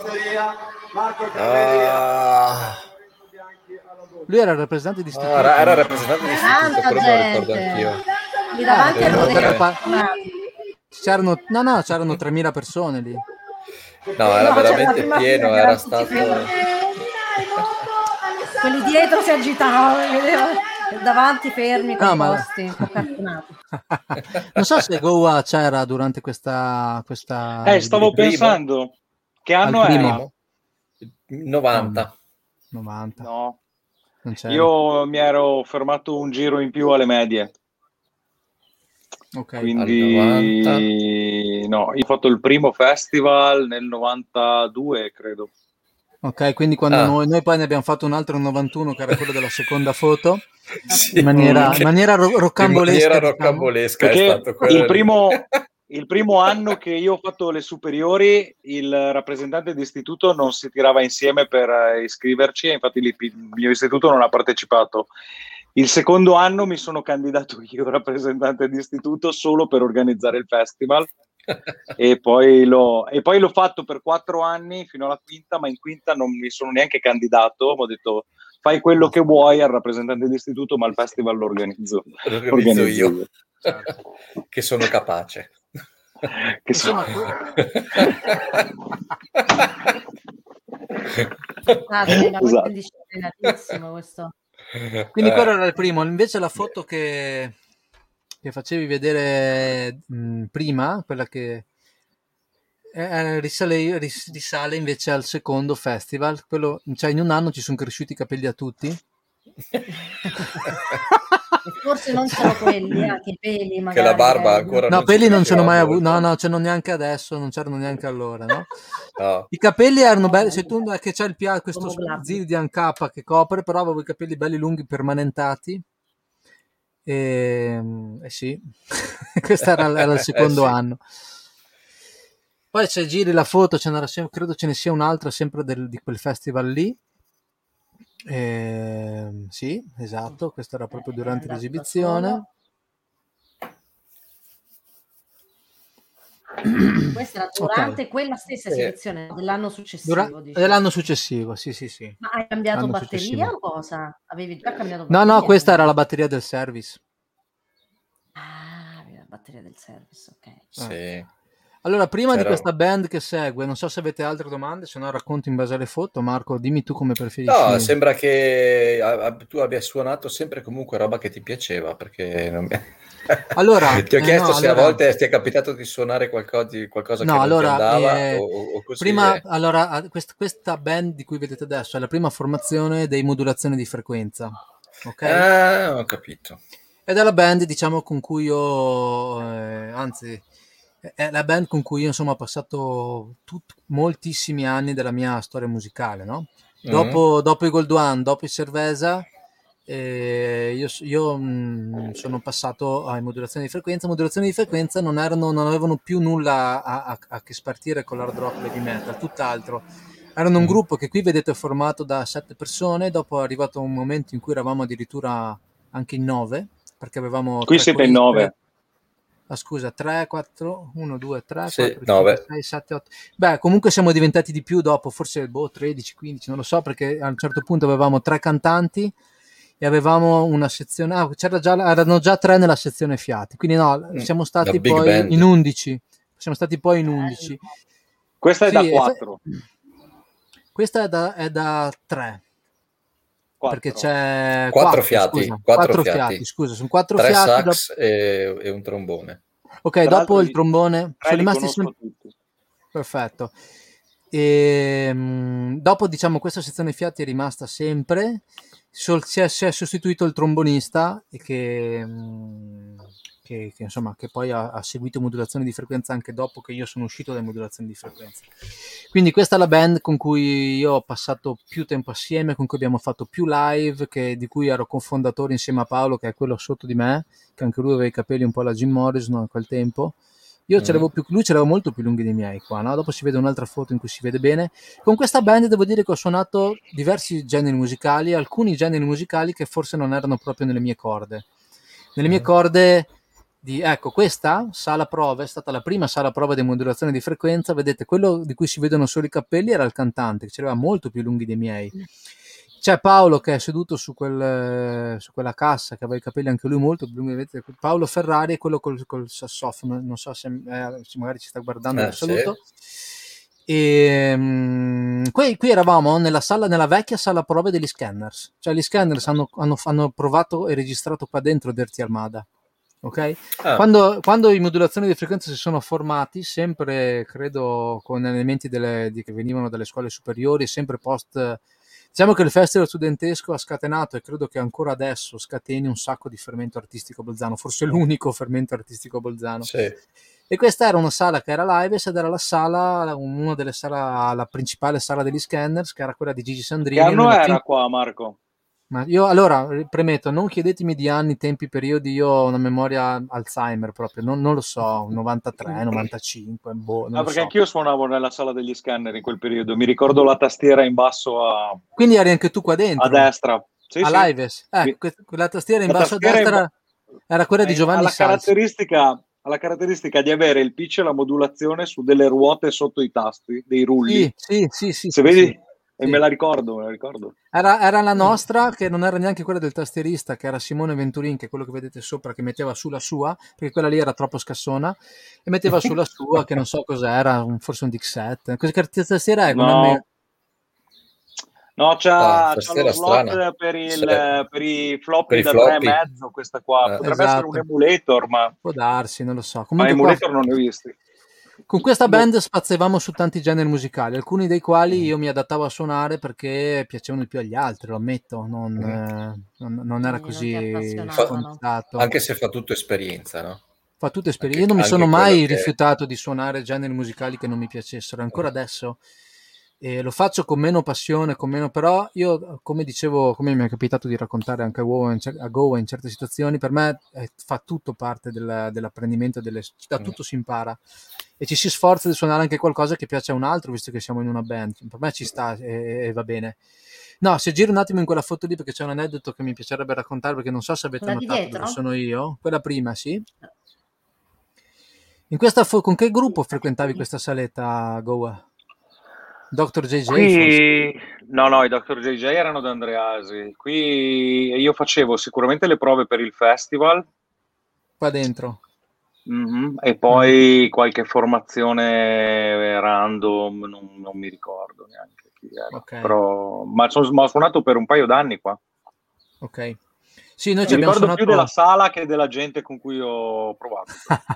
Ah, Lui era il rappresentante di no, istituto. era, era il rappresentante di istituto, Tanta quello me lo ricordo gente. anch'io. Lì davanti Eh, erano no, dei tre. cartonati. C'erano, no, no, c'erano tremila persone lì. No, era No, c'era la veramente prima pieno, fila, era erano tutti stato... fermi. Quelli dietro si agitavano, li vedevo. Davanti fermi con No, i ma- posti, un po' cartonati. Non so se Goa c'era durante questa... questa... Eh, stavo Il primo? pensando, che Al anno primo. era? novanta. novanta. No, Non c'era. io mi ero fermato un giro in più alle medie, Ok. quindi no, io ho fatto il primo festival nel novantadue, credo. Ok, quindi quando Ah. noi, noi poi ne abbiamo fatto un altro nel novantuno, che era quello della seconda foto, Sì, in maniera, che- in maniera ro- in roccambolesca. maniera diciamo. roccambolesca è Perché stato quello il lì. primo, il primo anno che io ho fatto le superiori, il rappresentante di istituto non si tirava insieme per eh, iscriverci, e infatti lì il mio istituto non ha partecipato. Il secondo anno mi sono candidato io rappresentante di istituto solo per organizzare il festival e poi l'ho, e poi l'ho fatto per quattro anni fino alla quinta, ma in quinta non mi sono neanche candidato, ho detto fai quello che vuoi al rappresentante di istituto, ma il festival lo organizzo, Lo organizzo organizzo io. Che sono capace. Che so- Ah, sembra molto Esatto. indisciplinatissimo questo. Quindi Eh, quello era il primo. Invece la foto che, che facevi vedere mh, prima, quella che eh, risale, ris- risale invece al secondo festival. Quello, cioè in un anno ci sono cresciuti i capelli a tutti. Forse non solo quelli, anche i peli magari. che la barba eh. ancora No, non peli si non ce n'ho mai cresceva avuto. No, molto. no, ce n'ho neanche adesso, non c'erano neanche allora, no? No. I capelli erano belli, se tu che c'è il pia, questo Omoglabili. Zildjian K che copre, però avevo i capelli belli lunghi permanentati. E, e sì, questo era, era il secondo Eh sì. anno. Poi se giri la foto, ce n'era sem- credo ce ne sia un'altra sempre del- di quel festival lì. Ehm, sì, esatto, questo era proprio Eh, durante è andato da l'esibizione. solo. Questa era durante quella stessa Sì. esibizione dell'anno successivo. Dura- dici. dell'anno successivo, sì, sì, sì. Ma hai cambiato L'anno batteria successivo. o cosa? Avevi già cambiato No, batteria? no, questa era la batteria del service. Ah, batteria del service, ok. Sì. Eh. Allora, prima C'era- di questa band che segue, non so se avete altre domande, se no racconto in base alle foto. Marco, dimmi tu come preferisci. No, sembra che a- a- tu abbia suonato sempre comunque roba che ti piaceva, perché non mi- Allora, ti ho eh, chiesto no, se allora- a volte ti è capitato di suonare qualcosa, di- qualcosa No, che non ti allora, andava eh, o, o- o così. prima, eh. allora, a- quest- questa band di cui vedete adesso è la prima formazione dei modulazioni di frequenza, ok? Ah, ho capito. Ed è la band, diciamo, con cui io, eh, anzi, è la band con cui io, insomma, ho passato tut- moltissimi anni della mia storia musicale, no? Mm. Dopo, dopo i Gold One, dopo i Cerveza, eh, io, io, mh, sono passato a modulazioni di frequenza. Modulazioni di frequenza non, erano, non avevano più nulla a, a- a che spartire con l'hard rock heavy metal, tutt'altro. Erano un Mm. gruppo che qui vedete formato da sette persone, dopo è arrivato un momento in cui eravamo addirittura anche in nove, perché avevamo Qui tre siete in coriste. nove. Ah, scusa, tre, quattro, uno, due, tre, Sì, quattro, nove. cinque, sei, sette, otto. Beh, comunque siamo diventati di più dopo, forse boh, tredici, quindici, non lo so, perché a un certo punto avevamo tre cantanti e avevamo una sezione, ah, c'era già, erano già tre nella sezione fiati, quindi no, Mm. siamo La stati big poi band. in undici, siamo stati poi in undici. Questa è Sì, da e fa- quattro. questa è da, è da tre, perché c'è Quattro quattro, fiati, scusa, quattro quattro fiati. fiati, scusa, sono quattro Tre fiati. dopo- sax e, e un trombone. Ok, Tra dopo l'altro il i trombone, tre sono li rimasti conosco sem- tutti. Perfetto. E, mh, dopo, diciamo, questa sezione fiati è rimasta sempre. Sol- si, è, si è sostituito il trombonista e che, mh, che, che, insomma, che poi ha, ha seguito modulazioni di frequenza anche dopo che io sono uscito dalle modulazioni di frequenza. Quindi questa è la band con cui io ho passato più tempo assieme, con cui abbiamo fatto più live, che, di cui ero cofondatore insieme a Paolo, che è quello sotto di me, che anche lui aveva i capelli un po' alla Jim Morrison a quel tempo. Io ce l'avevo Mm. più, lui ce l'aveva molto più lunghi dei miei qua, no? Dopo si vede un'altra foto in cui si vede bene. Con questa band devo dire che ho suonato diversi generi musicali, alcuni generi musicali che forse non erano proprio nelle mie corde. Nelle mie Mm. corde di, ecco, questa sala prove è stata la prima sala prove di modulazione di frequenza. Vedete, quello di cui si vedono solo i capelli era il cantante, che ce l'aveva molto più lunghi dei miei. C'è Paolo che è seduto su, quel, su quella cassa, che aveva i capelli anche lui molto più lunghi. Vedete, Paolo Ferrari è quello col, col sassofono, non so se, eh, se magari ci sta guardando, Eh, lo sì. saluto. E mm, qui, qui eravamo nella sala, nella vecchia sala prove degli Scanners, cioè gli Scanners hanno, hanno, hanno provato e registrato qua dentro Dirty Armada. Ok? Ah. Quando, quando i modulazioni di frequenza si sono formati, sempre credo con elementi delle, di, che venivano dalle scuole superiori, sempre post. Diciamo che il festival studentesco ha scatenato, e credo che ancora adesso scateni un sacco di fermento artistico bolzano, forse l'unico fermento artistico bolzano. Sì. E questa era una sala che era live, ed era la sala, una delle sala, la principale sala degli Scanners, che era quella di Gigi Sandrini. Che anno nella era fin- qua, Marco? Ma io allora premetto, non chiedetemi di anni, tempi, periodi, io ho una memoria Alzheimer proprio, non, non lo so, novantatré, novantacinque, boh, non Ah, lo perché so. anch'io suonavo nella sala degli scanner in quel periodo. Mi ricordo la tastiera in basso a, Quindi eri anche tu qua a dentro, destra. Sì, a sì. Lives. Ecco, Qui- que- quella tastiera in La basso a tastiera in destra ba- era quella di eh, Giovanni ha la Salsi. caratteristica, ha la caratteristica di avere il pitch e la modulazione su delle ruote sotto i tasti, dei rulli. Sì, sì, sì, sì, Se sì, vedi, sì. e Sì. me la ricordo, me la ricordo. Era, era la nostra, che non era neanche quella del tastierista, che era Simone Venturin, che è quello che vedete sopra, che metteva su la sua, perché quella lì era troppo scassona, e metteva su la sua, che non so cos'era, un- forse un Dixette. Cosa che tastiera è? Una me- No, no, Ah, c'ha, c'ha tastiera lo slot strana. per, il, Sì. per i floppy Per i da floppy. tre e mezzo, questa qua. Eh. Potrebbe essere un Esatto. emulator, ma, Può darsi, non lo so. ma Comunque qua, emulator non ne ho visti. con questa Boh. band spaziavamo su tanti generi musicali, alcuni dei quali Mm. io mi adattavo a suonare perché piacevano di più agli altri, lo ammetto, non, Mm. eh, non, non era Quindi non ti così appassionavano. scontato. Anche se fa tutto esperienza, no? Fa tutta esperienza. Anche, Io non mi sono anche quello mai che... rifiutato di suonare generi musicali che non mi piacessero, ancora adesso. E lo faccio con meno passione, con meno, però io, come dicevo, come mi è capitato di raccontare anche a Goa in, cer- a Goa in certe situazioni, per me eh, fa tutto parte del- dell'apprendimento, delle, da Mm. tutto si impara e ci si sforza di suonare anche qualcosa che piace a un altro, visto che siamo in una band. Per me ci sta e, e va bene. No, se giro un attimo in quella foto lì, perché c'è un aneddoto che mi piacerebbe raccontare, perché non so se avete Quella di notato dietro? dove sono io. Quella prima, sì. In questa fo- con che gruppo frequentavi questa saletta, Goa? doctor J J forse? Qui, no, no, i doctor J J erano da Andreasi. Qui io facevo sicuramente le prove per il festival, Qua dentro. Mhm. E poi qualche formazione random, non, non mi ricordo neanche chi era. Ok. Però, ma, son- ma ho suonato per un paio d'anni qua. Ok. Sì, noi ci Mi abbiamo ricordo più della suonato... sala che della gente con cui ho provato.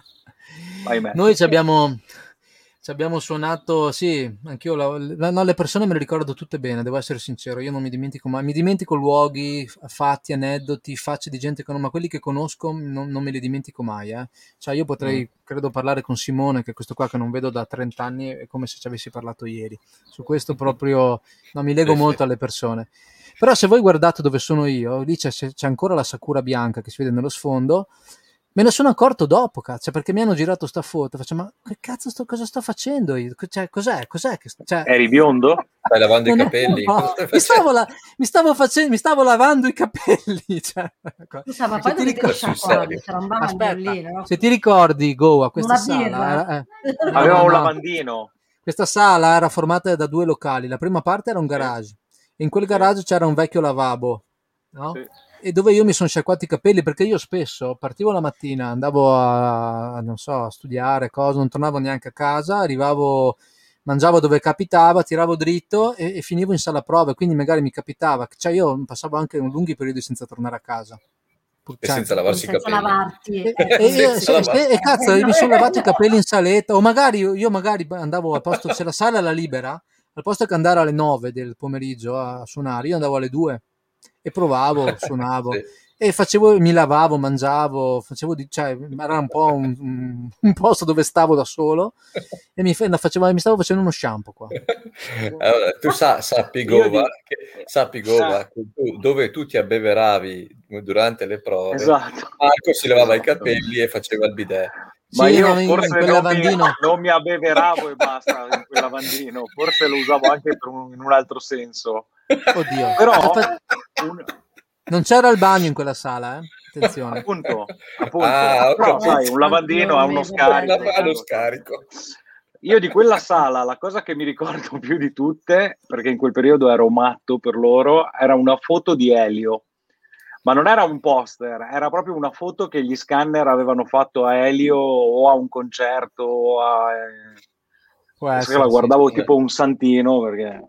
Ahimè. Noi ci abbiamo, ci abbiamo suonato, sì, anch'io, la- la- no, le persone me le ricordo tutte bene, devo essere sincero, io non mi dimentico mai, mi dimentico luoghi, f- fatti, aneddoti, facce di gente che non, ma quelli che conosco non, non me li dimentico mai, eh. Cioè io potrei, Mm. credo, parlare con Simone, che è questo qua che non vedo da trenta anni, è come se ci avessi parlato ieri. Su questo proprio, no, mi lego Sì, molto sì. alle persone. Però se voi guardate dove sono io, lì c'è, c'è ancora la Sakura bianca che si vede nello sfondo. Me ne sono accorto dopo, cazzo, perché mi hanno girato sta foto. Faccio, ma che cazzo sto, cosa sto facendo io? Cioè, cos'è? Cos'è che, cioè, Eri biondo? Stai lavando i non è- capelli? no, Cosa stai mi stavo, facendo? la- mi stavo facendo, mi stavo lavando i capelli. Cioè, ecco. Scusa, ma Se poi ti dove te li ricordi, Sul sciacquavi? serio? C'era un bagno aspetta, lì, no? se ti ricordi, Go, a questa Una sala, birra? era- eh, no, Aveva no, un no, lavandino. questa sala era formata da due locali. La prima parte era un Sì, garage. E in quel sì, garage c'era un vecchio lavabo, no? sì. E dove io mi sono sciacquato i capelli perché io spesso partivo la mattina, andavo a, a, non so, a studiare, cosa, non tornavo neanche a casa, arrivavo, mangiavo dove capitava, tiravo dritto e, e finivo in sala prove, quindi magari mi capitava, cioè io passavo anche lunghi periodi senza tornare a casa. Pur- E cioè, senza Quindi lavarsi i senza capelli. lavarti. e, Eh, e- e- Senza se- se- lavarsi. e cazzo, Eh, mi no, sono eh, lavato i no. capelli in saletta, o magari io, io magari andavo al posto, se la sala era libera, al posto che andare alle nove del pomeriggio a suonare, io andavo alle due e provavo, suonavo Sì. e facevo, mi lavavo, mangiavo, facevo di, cioè, era un po' un, un- un posto dove stavo da solo e mi, fa- faceva- mi stavo facendo uno shampoo qua. Allora, tu sa, sappi Io Gova, di... che, sappi eh, Gova, che tu- dove tu ti abbeveravi durante le prove, esatto, Marco si lavava i esatto. capelli e faceva il bidet. Ma Sì, io no, in, in forse quel non mi, lavandino, non mi abbeveravo e basta in quel lavandino, forse lo usavo anche per un- in un altro senso. oddio, Però, Fa- un- non c'era il bagno in quella sala, eh? Attenzione. appunto, appunto, Ah, ho però No, sai, capito. un lavandino io ha lo uno vedo bello. scarico. La fa lo tutto. scarico. Io di quella sala, la cosa che mi ricordo più di tutte, perché in quel periodo ero matto per loro, era una foto di Elio. Ma non era un poster, era proprio una foto che gli scanner avevano fatto a Elio o a un concerto o a... eh, Può penso che la essere, sì, guardavo sì. tipo un santino perché...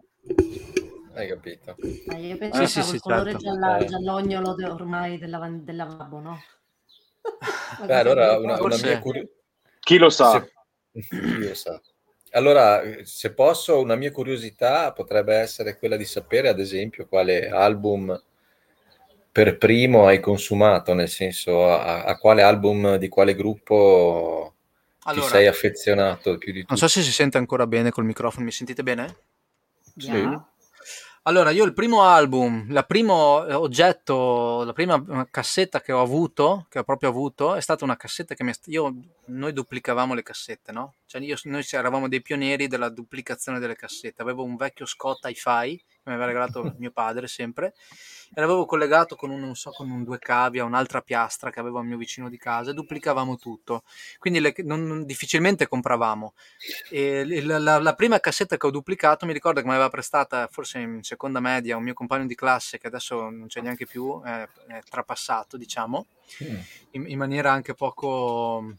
Hai capito? Ma io Eh, pensavo sì, il sì, colore certo. gialla- Eh. giallognolo de- ormai del, lavan- del lavabo, no? La Beh, cosa che mi allora una, ricordo. una mia Forse, curiosità. Chi lo sa? Se... Chi lo sa? Allora, eh, se posso, una mia curiosità potrebbe essere quella di sapere, ad esempio, quale album per primo hai consumato, nel senso a, a quale album di quale gruppo ti allora, sei affezionato più di non so tutti. se si sente ancora bene col microfono, mi sentite bene? Sì. Yeah. Allora, io il primo album, la primo eh, oggetto, la prima eh, cassetta che ho avuto, che ho proprio avuto, è stata una cassetta che mi, è st- io, noi duplicavamo le cassette, no? Cioè io, noi eravamo dei pionieri della duplicazione delle cassette. Avevo un vecchio Scott Hi-Fi che mi aveva regalato mio padre sempre e l'avevo collegato con un, non so, con un due cavi a un'altra piastra che avevo al mio vicino di casa e duplicavamo tutto. Quindi le- non- non- difficilmente compravamo. E l- la, la prima cassetta che ho duplicato mi ricordo che mi aveva prestata forse in seconda media un mio compagno di classe che adesso non c'è neanche più, è, è trapassato diciamo, Mm, in, in maniera anche poco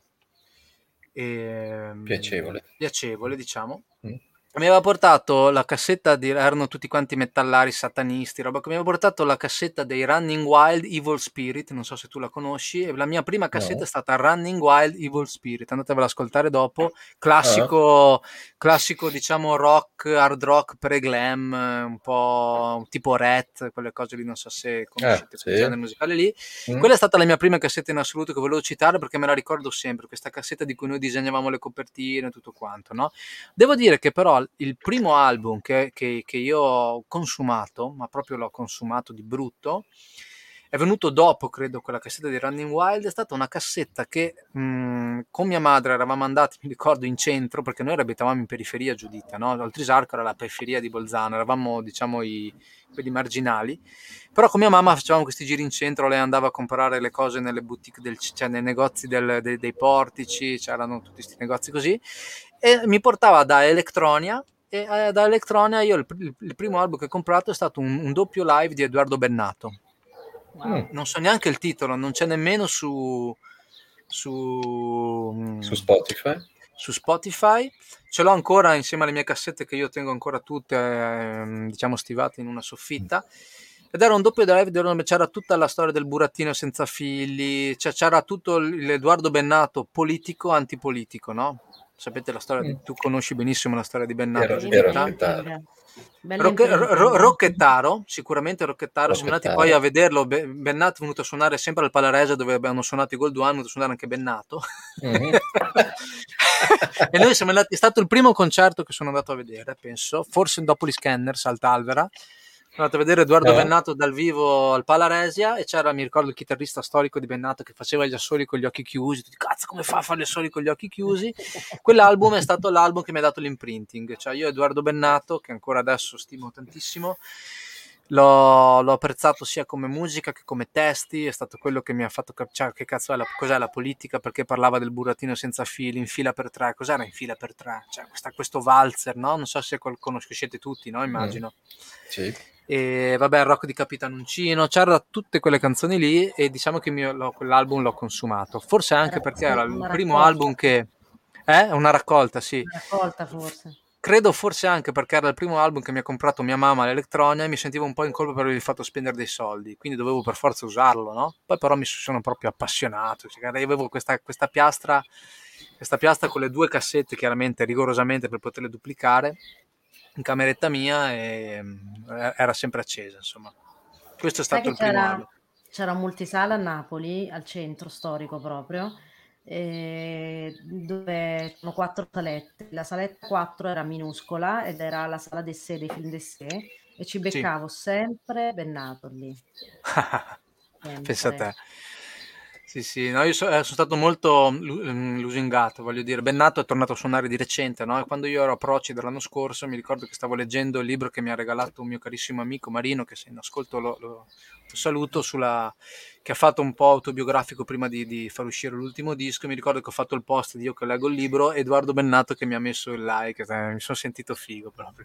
ehm, piacevole. piacevole diciamo. Mm. Mi aveva portato la cassetta di, erano tutti quanti metallari, satanisti, roba che mi aveva portato la cassetta dei Running Wild Evil Spirit, non so se tu la conosci, e la mia prima cassetta No. è stata Running Wild Evil Spirit, andatevela ad ascoltare dopo, Ah. classico, classico diciamo rock, hard rock pre-glam, eh, un po' tipo Rat, quelle cose lì, non so se Ah, conoscete quel sì. genere musicale lì. Mm. Quella è stata la mia prima cassetta in assoluto che volevo citare perché me la ricordo sempre, questa cassetta di cui noi disegnavamo le copertine e tutto quanto, no? Devo dire che però il primo album che, che, che io ho consumato, ma proprio l'ho consumato di brutto, è venuto dopo, credo, quella cassetta di Running Wild, è stata una cassetta che mh, con mia madre eravamo andati, mi ricordo, in centro, perché noi abitavamo in periferia giudita, no? Altrisarco era la periferia di Bolzano, eravamo, diciamo, i, quelli marginali, però con mia mamma facevamo questi giri in centro, lei andava a comprare le cose nelle boutique, del, cioè nei negozi del, dei, dei portici, c'erano tutti questi negozi così, e mi portava da Electronia, e eh, da Electronia io il, il, il primo album che ho comprato è stato un, un doppio live di Edoardo Bennato. Wow. Non so neanche il titolo, non c'è nemmeno su, su, Su Spotify. su Spotify. Ce l'ho ancora insieme alle mie cassette che io tengo ancora tutte, eh, diciamo, stivate in una soffitta. Ed era un doppio live dove c'era tutta la storia del burattino senza figli, cioè c'era tutto l'Edoardo Bennato politico, antipolitico, no? Sapete la storia, di, tu conosci benissimo la storia di Bennato. Ero, ero Rocchettaro. Rocche, ro, Rocchettaro, sicuramente Rocchettaro, siamo andati poi a vederlo, Bennato è venuto a suonare sempre al Palarese dove abbiamo suonato i Gold One, è venuto a suonare anche Bennato. Mm-hmm. E noi siamo andati, è stato il primo concerto che sono andato a vedere, penso, forse dopo gli Scanners al Talvera. Sono andato a vedere Edoardo eh. Bennato dal vivo al Palaresia e c'era, mi ricordo, il chitarrista storico di Bennato che faceva gli assoli con gli occhi chiusi. Tutti, cazzo, come fa a fare gli assoli con gli occhi chiusi? Quell'album è stato l'album che mi ha dato l'imprinting, cioè io Edoardo Bennato, che ancora adesso stimo tantissimo, l'ho, l'ho apprezzato sia come musica che come testi, è stato quello che mi ha fatto capire che cazzo è la, cos'è la politica, perché parlava del burattino senza fili, in fila per tre, cos'era in fila per tre? Cioè questa, questo valzer, no? Non so se conoscete tutti, no? Immagino. Mm. Sì. E vabbè, il rock di Capitan Uncino, c'erano tutte quelle canzoni lì e diciamo che mio, lo, quell'album l'ho consumato, forse anche perché era il primo album che è eh? una raccolta, sì, una raccolta forse, credo forse anche perché era il primo album che mi ha comprato mia mamma all'Electronia e mi sentivo un po' in colpa per avergli fatto spendere dei soldi, quindi dovevo per forza usarlo, no? Poi però mi sono proprio appassionato, cioè, avevo questa, questa piastra questa piastra con le due cassette chiaramente rigorosamente per poterle duplicare in cameretta mia e era sempre accesa, insomma. Questo è stato il primo anno. C'era un multisala a Napoli, al centro storico proprio, eh, dove sono quattro salette. La saletta quattro era minuscola ed era la sala d'essè dei film d'essè e ci beccavo sì. sempre Bennato lì. Sempre. Pensa a te. Sì, sì, no, io so, eh, sono stato molto lusingato, voglio dire, Bennato è tornato a suonare di recente, no? E quando io ero a Proci dell'anno scorso mi ricordo che stavo leggendo il libro che mi ha regalato un mio carissimo amico Marino, che se in ascolto lo, lo, lo saluto, sulla, che ha fatto un po' autobiografico prima di, di far uscire l'ultimo disco, e mi ricordo che ho fatto il post di io che leggo il libro, e Edoardo Bennato che mi ha messo il like, eh, mi sono sentito figo proprio.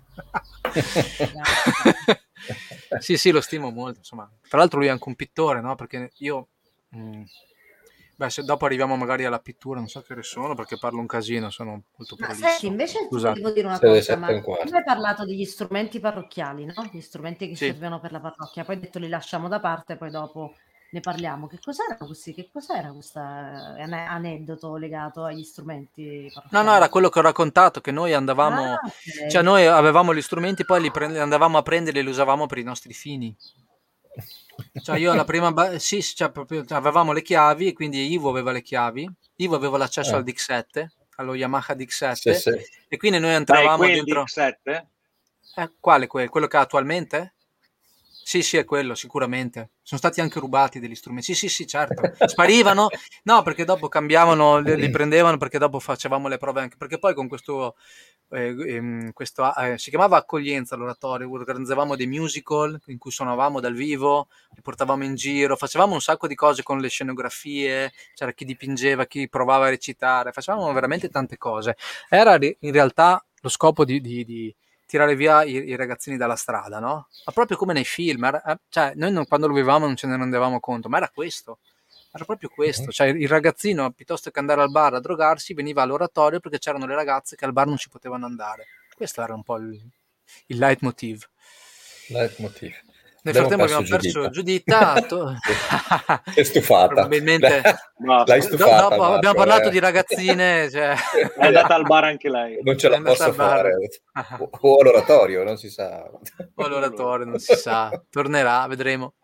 Sì, sì, lo stimo molto, insomma. Tra l'altro lui è anche un pittore, no? Perché io... Mh, Beh, se dopo arriviamo magari alla pittura, non so che ore sono perché parlo un casino, sono molto prolisso. Ma senti, invece Scusate. ti devo dire una cosa, ma tu hai parlato degli strumenti parrocchiali, no? Gli strumenti che sì. servivano per la parrocchia, poi hai detto li lasciamo da parte, poi dopo ne parliamo. Che cos'erano questi? Che cos'era questo aneddoto legato agli strumenti parrocchiali? No, no, era quello che ho raccontato, che noi andavamo, ah, okay. cioè noi avevamo gli strumenti, poi li prend- andavamo a prenderli e li usavamo per i nostri fini. Cioè io la prima ba- sì, cioè proprio avevamo le chiavi e quindi Ivo aveva le chiavi, Ivo aveva l'accesso eh. al D X sette, allo Yamaha D X sette, sì, sì. E quindi noi entravamo Dai, dentro D X sette? Eh, quale quello? Quello che ha attualmente? Sì, sì, è quello, sicuramente. Sono stati anche rubati degli strumenti. Sì, sì, sì, certo. Sparivano. No, perché dopo cambiavano, li, li prendevano perché dopo facevamo le prove anche. Perché poi con questo, eh, ehm, questo eh, si chiamava Accoglienza l'oratorio, organizzavamo dei musical in cui suonavamo dal vivo, li portavamo in giro, facevamo un sacco di cose con le scenografie, c'era chi dipingeva, chi provava a recitare, facevamo veramente tante cose. Era in realtà lo scopo di... di, di tirare via i, i ragazzini dalla strada, no? Ma proprio come nei film, era, cioè noi non, quando lo vivevamo non ce ne rendevamo conto, ma era questo, era proprio questo, cioè il ragazzino piuttosto che andare al bar a drogarsi veniva all'oratorio perché c'erano le ragazze che al bar non ci potevano andare. Questo era un po' il, il leitmotiv. Leitmotiv. Nel frattempo abbiamo perso Giuditta. To... È stufata. Probabilmente. No, l'hai stufata. Dopo Marco, abbiamo parlato eh. di ragazzine. Cioè... È andata al bar anche lei. Non ce la posso fare. O, o all'oratorio, non si sa. O all'oratorio, non si sa. Tornerà, vedremo.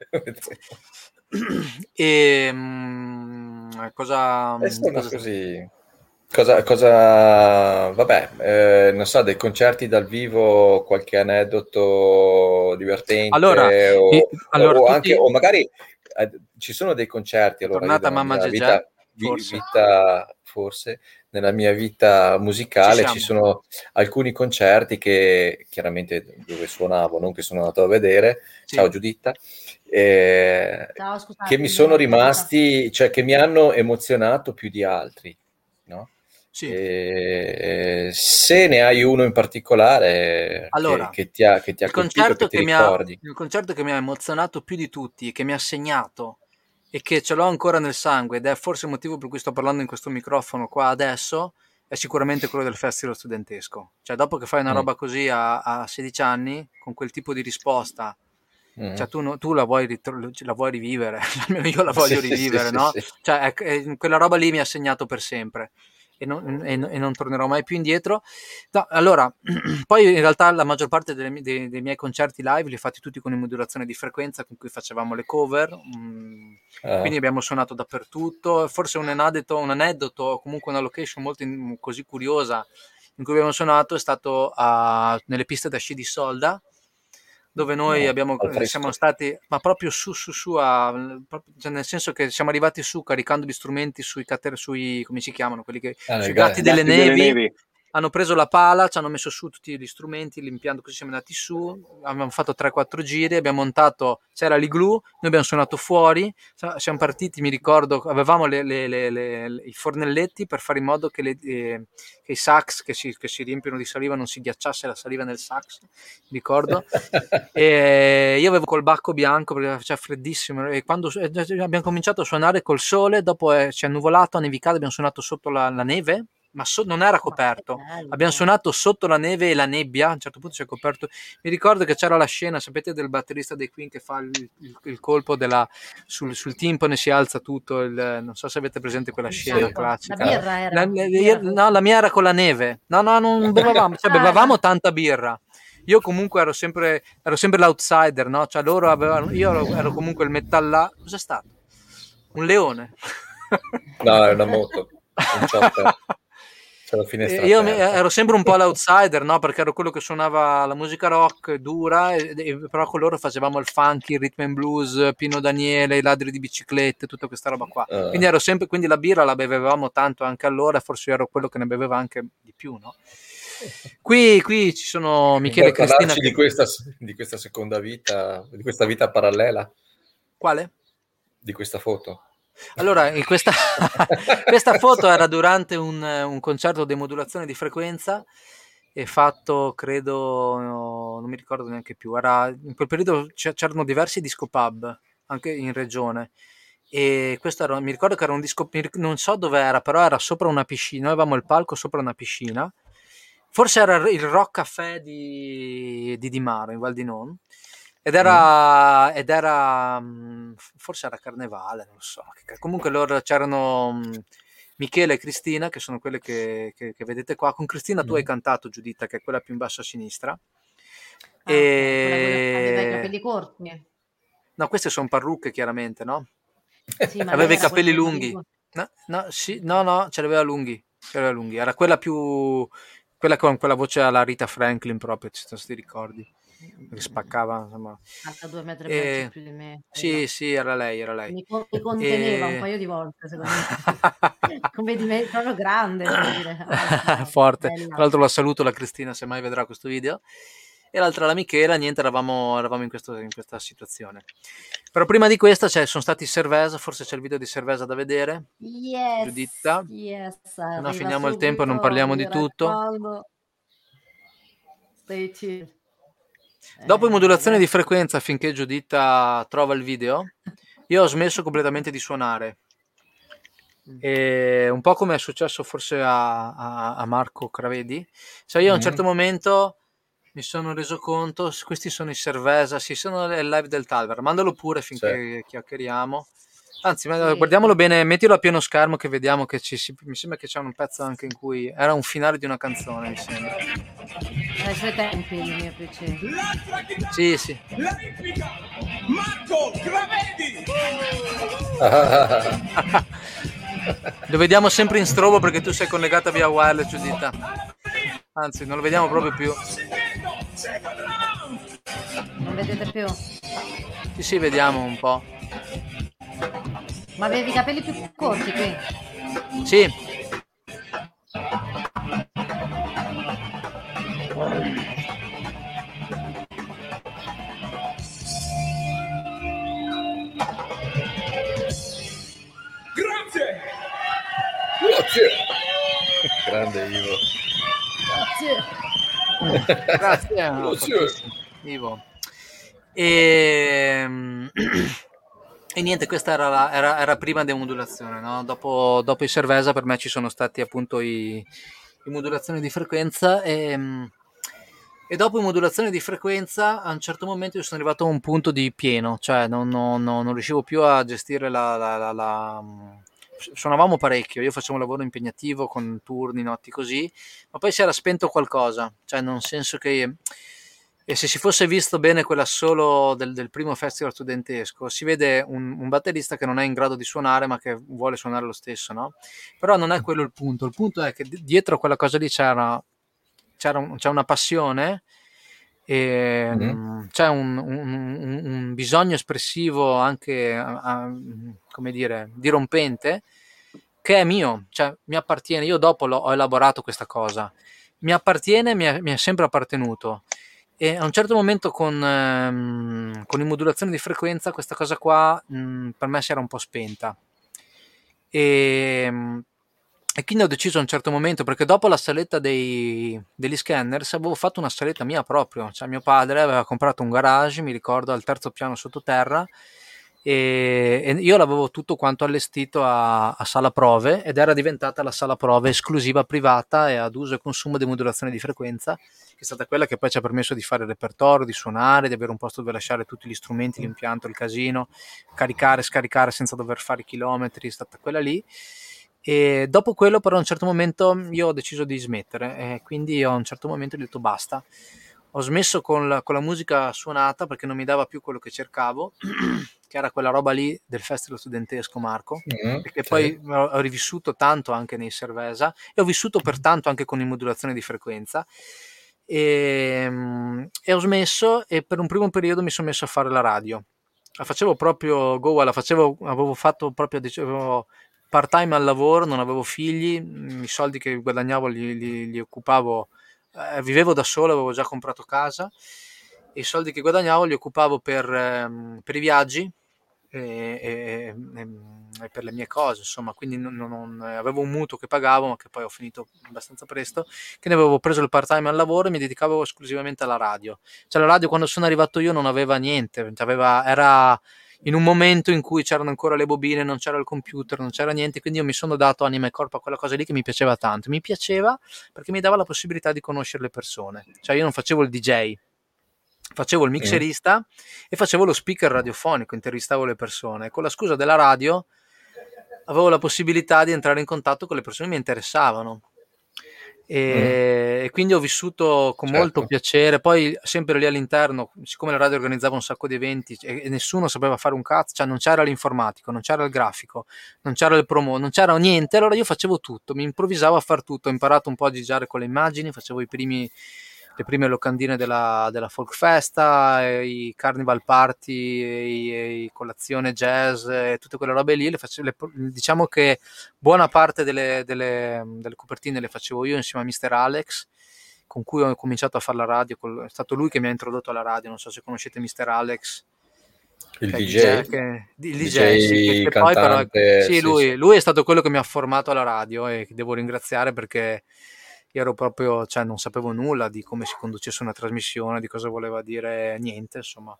E mh, cosa... E sono cosa... così... Cosa, cosa, vabbè, eh, non so, dei concerti dal vivo, qualche aneddoto divertente, allora, o, e, allora, o, tutti... anche, o magari eh, ci sono dei concerti, allora, tornata mamma Gegè, vita, forse. vita, forse, nella mia vita musicale ci, ci sono alcuni concerti che, chiaramente, dove suonavo, non che sono andato a vedere, sì. Ciao Giuditta, eh, Ciao, scusate, che mi sono rimasti, cioè che mi hanno emozionato più di altri, no? Sì. E, se ne hai uno in particolare allora, che, che ti ha, che ti ha il colpito, concerto che ti che ricordi? Mi ha, il concerto che mi ha emozionato più di tutti e che mi ha segnato e che ce l'ho ancora nel sangue, ed è forse il motivo per cui sto parlando in questo microfono qua adesso, è sicuramente quello del festival studentesco. Cioè, dopo che fai una Mm. roba così a, a sedici anni, con quel tipo di risposta, Mm. cioè tu, no- tu la, vuoi ritro- la vuoi rivivere, almeno io la Sì, voglio sì, rivivere, sì, no? sì. Cioè, è- è- quella roba lì mi ha segnato per sempre e non, e non- e non tornerò mai più indietro. No, allora, poi in realtà la maggior parte delle mie- dei, dei miei concerti live li ho fatti tutti con in modulazione di frequenza, con cui facevamo le cover, mm, Ah. quindi abbiamo suonato dappertutto. Forse un aneddoto, un aneddoto o comunque una location molto in- così curiosa in cui abbiamo suonato è stato a- nelle piste da sci di Solda, dove noi Oh, abbiamo, al fresco. siamo stati, ma proprio su su su, a, proprio- cioè nel senso che siamo arrivati su caricando gli strumenti sui, cater, sui come si chiamano, quelli che, Ah, sui nel gatti ga- delle Gatti delle nevi. nevi. Hanno preso la pala, ci hanno messo su tutti gli strumenti, l'impianto, così siamo andati su, abbiamo fatto tre quattro giri, abbiamo montato, c'era l'Igloo, noi abbiamo suonato fuori, sa- siamo partiti, mi ricordo, avevamo le- le- le- le- le- i fornelletti per fare in modo che, le, eh, che i sax che si, che si riempiono di saliva non si ghiacciasse la saliva nel sax, mi ricordo. E io avevo col bacco bianco perché faceva freddissimo, e quando eh, abbiamo cominciato a suonare col sole, dopo eh, ci è annuvolato, ha nevicato, abbiamo suonato sotto la, la neve, ma so- non era coperto. Abbiamo suonato sotto la neve e la nebbia, a un certo punto si è coperto. Mi ricordo che c'era la scena, sapete, del batterista dei Queen che fa il, il- il colpo della, sul, sul timpano e si alza tutto. Il, non so se avete presente quella scena Esatto. classica. La birra era. La- La io- birra no, forse. la mia era con la neve. No, no, non bevevamo, cioè Ah, bevevamo no. tanta birra. Io comunque ero sempre, ero sempre l'outsider, no? Cioè loro avevano, io ero, ero comunque il metalla. Cos'è stato? Un leone. No, è una moto, un chopper. C'è la finestra Eh, Io mi- aperta. ero sempre un po' l'outsider, no? Perché ero quello che suonava la musica rock dura, e- e- però con loro facevamo il funky, il rhythm and blues, Pino Daniele, i ladri di biciclette, tutta questa roba qua. Ah. Quindi ero sempre, quindi la birra la bevevamo tanto anche allora, forse io ero quello che ne beveva anche di più, no? Qui, qui ci sono Michele e Vuoi Cristina. parlarci Che... di questa, di questa seconda vita, di questa vita parallela, Quale? di questa foto? Allora, in questa, questa foto era durante un, un concerto di modulazione di frequenza e fatto, credo, no, non mi ricordo neanche più, era, in quel periodo c'è- c'erano diversi disco pub anche in regione, e questo era, mi ricordo che era un disco, mi ric- non so dove era, però era sopra una piscina, noi avevamo il palco sopra una piscina, forse era il Rock Café di, di Di Maro in Val di Non. Ed era, ed era, mh, forse era Carnevale, non lo so. che ca- Comunque loro c'erano mh, Michele e Cristina, che sono quelle che, che- che vedete qua. Con Cristina tu hai cantato, Giuditta, che è quella più in basso a sinistra. Ah, ok, quella E... con- aveva i capelli corti. No, queste sono parrucche, chiaramente, no? Sì, ma Aveva lei i era capelli quella con i lunghi. capelli No, no, sì, no, no, ce l'aveva lunghi. Ce l'aveva lunghi. Era quella più... quella con quella voce alla Rita Franklin proprio, se ti ricordi. Che spaccava, insomma. quarantadue metri e E- mezzo più di me. Sì, sì, era lei, era lei. Mi, con- mi conteneva E- un paio di volte, secondo me. Come di me, proprio grande, devo dire. Alta, Forte. bella. Tra l'altro la saluto, la Cristina, se mai vedrà questo video. E l'altra la Michela, niente, eravamo, eravamo in, questo- in questa situazione. Però prima di questa cioè, sono stati i Cerveza, forse c'è il video di Cerveza da vedere. Yes, Giuditta. yes, No, arriva finiamo il tempo e non subito, parliamo mi di tutto. raccomando. Stay tuned. Dopo Eh, modulazione di adesso- frequenza, finché Giuditta trova il video, io ho smesso completamente di suonare. E un po' come è successo forse a, a- a Marco Cravedi. Cioè io a un Mhm. certo momento mi sono reso conto, s- questi sono i Cerveza, sì, sono il live del Talver, mandalo pure finché chiacchieriamo. Anzi, ma- Sì. guardiamolo bene, mettilo a pieno schermo che vediamo che ci, si- mi sembra che c'è un pezzo anche in cui era un finale di una canzone, mi sembra. Ai suoi tempi il mio P C. Sì, sì. Marco Cravedi! Lo vediamo sempre in strobo perché tu sei collegata via wireless, Giuditta. Anzi, non lo vediamo proprio più. Non vedete più? Sì, sì, vediamo un po'. Ma avevi i capelli più corti qui? Sì. Grazie! Grazie! Grande Ivo. Grazie. Grazie. Grazie. Ivo. E... E niente, questa era, la, era, era prima demodulazione, no? Dopo, dopo i Cerveza per me ci sono stati appunto i, i modulazioni di frequenza e, e dopo i modulazioni di frequenza a un certo momento io sono arrivato a un punto di pieno, cioè non, non, non, non riuscivo più a gestire la, la, la, la... Suonavamo parecchio, io facevo un lavoro impegnativo con turni, notti così, ma poi si era spento qualcosa, cioè nel senso che e se si fosse visto bene quella solo del, del primo festival studentesco, si vede un, un batterista che non è in grado di suonare ma che vuole suonare lo stesso, no? Però non è quello il punto, il punto è che dietro quella cosa lì c'era, c'era un, c'è una passione e mm. c'è un, un, un, un bisogno espressivo anche, a, a, come dire, dirompente, che è mio, cioè mi appartiene, io dopo l'ho, ho elaborato questa cosa, mi appartiene, mi è, mi è sempre appartenuto. E a un certo momento con, ehm, con in modulazione di frequenza questa cosa qua mh, per me si era un po' spenta e, e quindi ho deciso a un certo momento, perché dopo la saletta dei, degli Scanners avevo fatto una saletta mia proprio, cioè mio padre aveva comprato un garage, mi ricordo, al terzo piano sottoterra e, e io l'avevo tutto quanto allestito a, a sala prove ed era diventata la sala prove esclusiva privata e ad uso e consumo di modulazione di frequenza, che è stata quella che poi ci ha permesso di fare il repertorio, di suonare, di avere un posto dove lasciare tutti gli strumenti, l'impianto, il casino, caricare, scaricare senza dover fare chilometri, è stata quella lì. E dopo quello però a un certo momento io ho deciso di smettere e quindi a un certo momento ho detto basta, ho smesso con la, con la musica suonata perché non mi dava più quello che cercavo che era quella roba lì del festival studentesco, Marco, mm, perché sì. Poi ho rivissuto tanto anche nei Cerveza e ho vissuto per tanto anche con immodulazione di frequenza e, e ho smesso e per un primo periodo mi sono messo a fare la radio, la facevo proprio go, la facevo, avevo fatto proprio, dicevo, part time al lavoro, non avevo figli, i soldi che guadagnavo li, li, li occupavo, eh, vivevo da solo, avevo già comprato casa e i soldi che guadagnavo li occupavo per, ehm, per i viaggi e, e, e, e per le mie cose, insomma, quindi non, non, avevo un mutuo che pagavo ma che poi ho finito abbastanza presto, che ne avevo preso il part time al lavoro e mi dedicavo esclusivamente alla radio, cioè la radio quando sono arrivato io non aveva niente, aveva, era in un momento in cui c'erano ancora le bobine, non c'era il computer, non c'era niente, quindi io mi sono dato anima e corpo a quella cosa lì che mi piaceva tanto, mi piaceva perché mi dava la possibilità di conoscere le persone, cioè io non facevo il D J, facevo il mixerista mm. e facevo lo speaker radiofonico, intervistavo le persone, con la scusa della radio avevo la possibilità di entrare in contatto con le persone che mi interessavano e, mm. e quindi ho vissuto con certo. molto piacere, poi sempre lì all'interno, siccome la radio organizzava un sacco di eventi e, e nessuno sapeva fare un cazzo, cioè non c'era l'informatico, non c'era il grafico, non c'era il promo, non c'era niente, allora io facevo tutto, mi improvvisavo a far tutto, ho imparato un po' a digiare con le immagini, facevo i primi le prime locandine della, della folk festa, i carnival party, i, i colazione jazz e tutte quelle robe lì le facevo, le, diciamo che buona parte delle, delle, delle copertine le facevo io insieme a mister Alex, con cui ho cominciato a fare la radio, è stato lui che mi ha introdotto alla radio, non so se conoscete mister Alex. Il D J, che, il D J, D J sì, che, che cantante, poi però, sì, sì, lui, sì. lui è stato quello che mi ha formato alla radio e devo ringraziare perché io ero proprio, cioè non sapevo nulla di come si conducesse una trasmissione, di cosa voleva dire niente, insomma,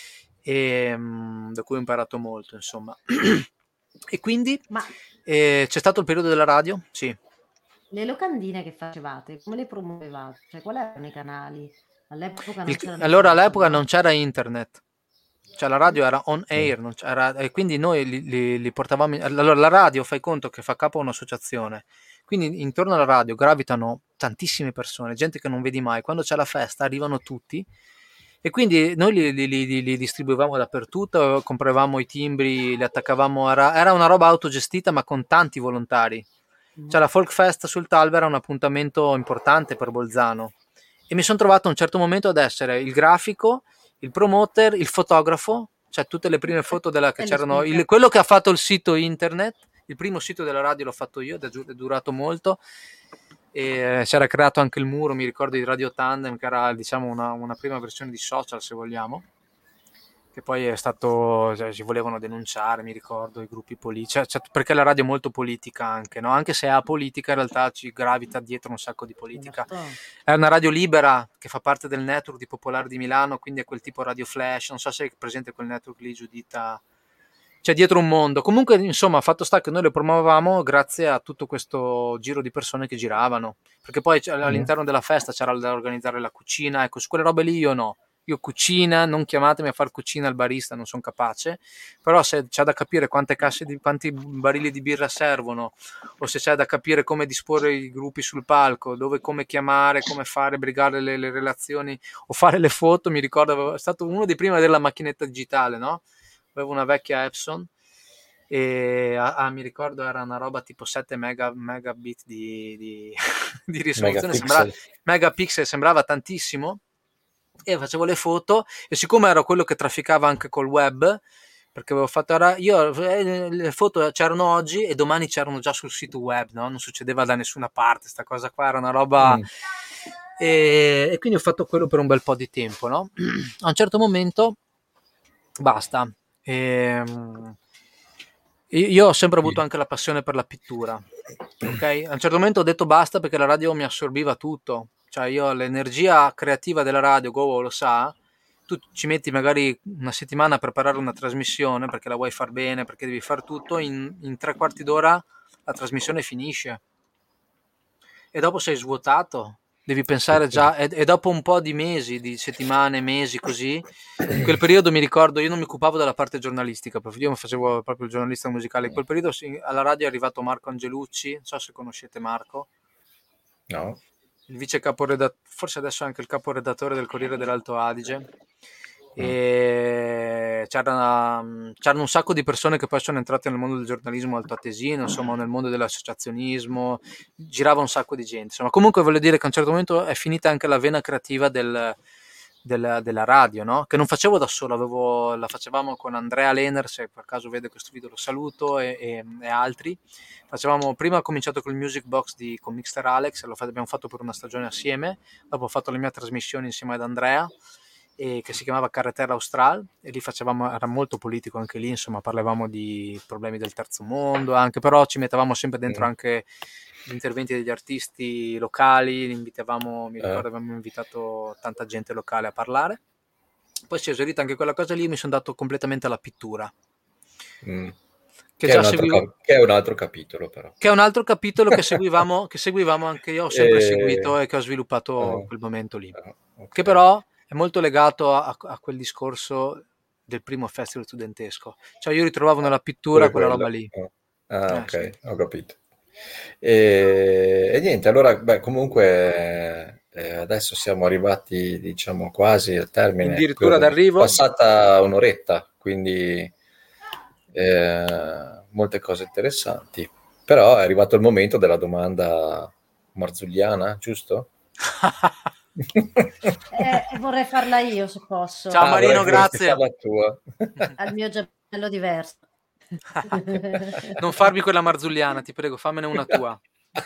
e da cui ho imparato molto, insomma. E quindi Ma eh, c'è stato il periodo della radio? Sì. Le locandine che facevate, come le promuovevate? Cioè, quali erano i canali? All'epoca non Il, c'erano allora social, all'epoca no? non c'era internet. Cioè la radio era on air, non c'era, e quindi noi li, li, li portavamo. Allora la radio, fai conto che fa capo a un'associazione, quindi intorno alla radio gravitano tantissime persone, gente che non vedi mai, quando c'è la festa arrivano tutti e quindi noi li, li, li, li distribuivamo dappertutto, compravamo i timbri, li attaccavamo, era, era una roba autogestita ma con tanti volontari, cioè la Folk Fest sul Talver era un appuntamento importante per Bolzano e mi sono trovato a un certo momento ad essere il grafico, il promoter, il fotografo, cioè tutte le prime foto della, che c'erano, il, quello che ha fatto il sito internet, il primo sito della radio l'ho fatto io ed è durato molto e si era creato anche il muro, mi ricordo di Radio Tandem che era diciamo una, una prima versione di social se vogliamo, che poi è stato, cioè, si volevano denunciare, mi ricordo, i gruppi politici, cioè, cioè, perché la radio è molto politica anche, no? Anche se è apolitica in realtà ci gravita dietro un sacco di politica. È una radio libera che fa parte del network di Popolare di Milano, quindi è quel tipo radio flash, non so se è presente quel network lì, Giuditta, c'è dietro un mondo. Comunque, insomma, fatto sta che noi le promuovevamo grazie a tutto questo giro di persone che giravano, perché poi c- all'interno della festa c'era da organizzare la cucina, ecco, su quelle robe lì io no. Io cucina, non chiamatemi a far cucina al barista, non sono capace, però se c'è da capire quante casse di, quanti barili di birra servono, o se c'è da capire come disporre i gruppi sul palco, dove, come chiamare, come fare, brigare le, le relazioni o fare le foto, mi ricordo, avevo- è stato uno dei primi a avere la macchinetta digitale, no? Avevo una vecchia Epson e ah, ah, mi ricordo era una roba tipo sette mega, megabit di, di, di risoluzione, sembrava, Megapixel. megapixel, sembrava tantissimo, e facevo le foto, e siccome ero quello che trafficava anche col web, perché avevo fatto era, io eh, le foto c'erano oggi e domani c'erano già sul sito web, no? Non succedeva da nessuna parte, sta cosa qua era una roba, Mm. e, e quindi ho fatto quello per un bel po' di tempo, no? A un certo momento basta. Ehm, io ho sempre avuto anche la passione per la pittura, ok? A un certo momento ho detto basta perché la radio mi assorbiva tutto, cioè io l'energia creativa della radio, Gogo lo sa, tu ci metti magari una settimana a preparare una trasmissione perché la vuoi far bene, perché devi far tutto, in, in tre quarti d'ora la trasmissione finisce e dopo sei svuotato, devi pensare già, e, e dopo un po' di mesi, di settimane, mesi così, in quel periodo mi ricordo, io non mi occupavo della parte giornalistica, io facevo proprio il giornalista musicale, in quel periodo sì, alla radio è arrivato Marco Angelucci, non so se conoscete Marco, No? il vice caporedattore, forse adesso è anche il caporedattore del Corriere dell'Alto Adige, Mm. e c'era, c'erano un sacco di persone che poi sono entrate nel mondo del giornalismo altoatesino, insomma nel mondo dell'associazionismo, girava un sacco di gente, insomma comunque voglio dire che a un certo momento è finita anche la vena creativa del, del, della radio, no? Che non facevo da solo, avevo, la facevamo con Andrea Lehner, se per caso vede questo video lo saluto, e, e, e altri. Facevamo, prima ho cominciato con il Music Box di, con Mixter Alex, lo abbiamo fatto per una stagione assieme, dopo ho fatto le mie trasmissioni insieme ad Andrea, e che si chiamava Carretera Austral, e lì facevamo, era molto politico anche lì, insomma parlavamo di problemi del terzo mondo anche, però ci mettevamo sempre dentro Mm. anche gli interventi degli artisti locali, invitavamo, mi Eh. ricordo avevamo invitato tanta gente locale a parlare, poi si è esaurita anche quella cosa lì, mi sono dato completamente alla pittura, Mm. che Che, è già un altro seguivo, cap- che è un altro capitolo, però. che è un altro capitolo che seguivamo, che seguivamo anche io, ho sempre seguito E... e che ho sviluppato in ah, quel momento lì, ah, ok. che però è molto legato a, a quel discorso del primo festival studentesco, cioè io ritrovavo nella pittura Pure quella roba quello. lì. Ah, ah, Eh, sì. ok, ho capito. E, e niente, allora, beh, comunque eh, adesso siamo arrivati, diciamo, quasi al termine. Addirittura d'arrivo. Passata un'oretta, quindi eh, molte cose interessanti. Però è arrivato il momento della domanda marzulliana, giusto? Eh, vorrei farla io se posso. Ciao Ah, Marino, vorrei- vorresti grazie. farla tua. Al mio gemello diverso. Non farmi quella marzulliana, ti prego, fammene una tua.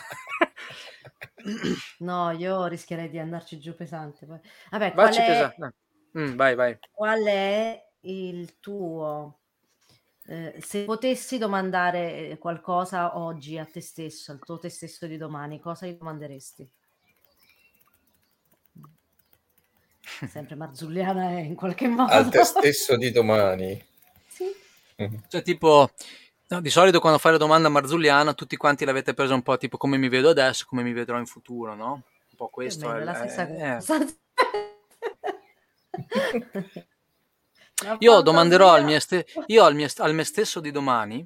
No, io rischierei di andarci giù pesante. poi. Vabbè, qual Vacci è, pesante. Mm, vai, vai. qual è il tuo... eh, se potessi domandare eh, qualcosa oggi a te stesso, al tuo te stesso di domani, cosa gli domanderesti? Sempre marzulliana è in qualche modo. Al te stesso di domani. Sì. Mhm. Cioè, tipo, no, di solito quando fai la domanda marzulliana, tutti quanti l'avete presa un po' tipo come mi vedo adesso, come mi vedrò in futuro, no? Un po' Più o questo è meno, è il- la stessa eh, eh. cosa. La Io domanderò al fantasia. mio, ste- io al, mio, al me stesso di domani,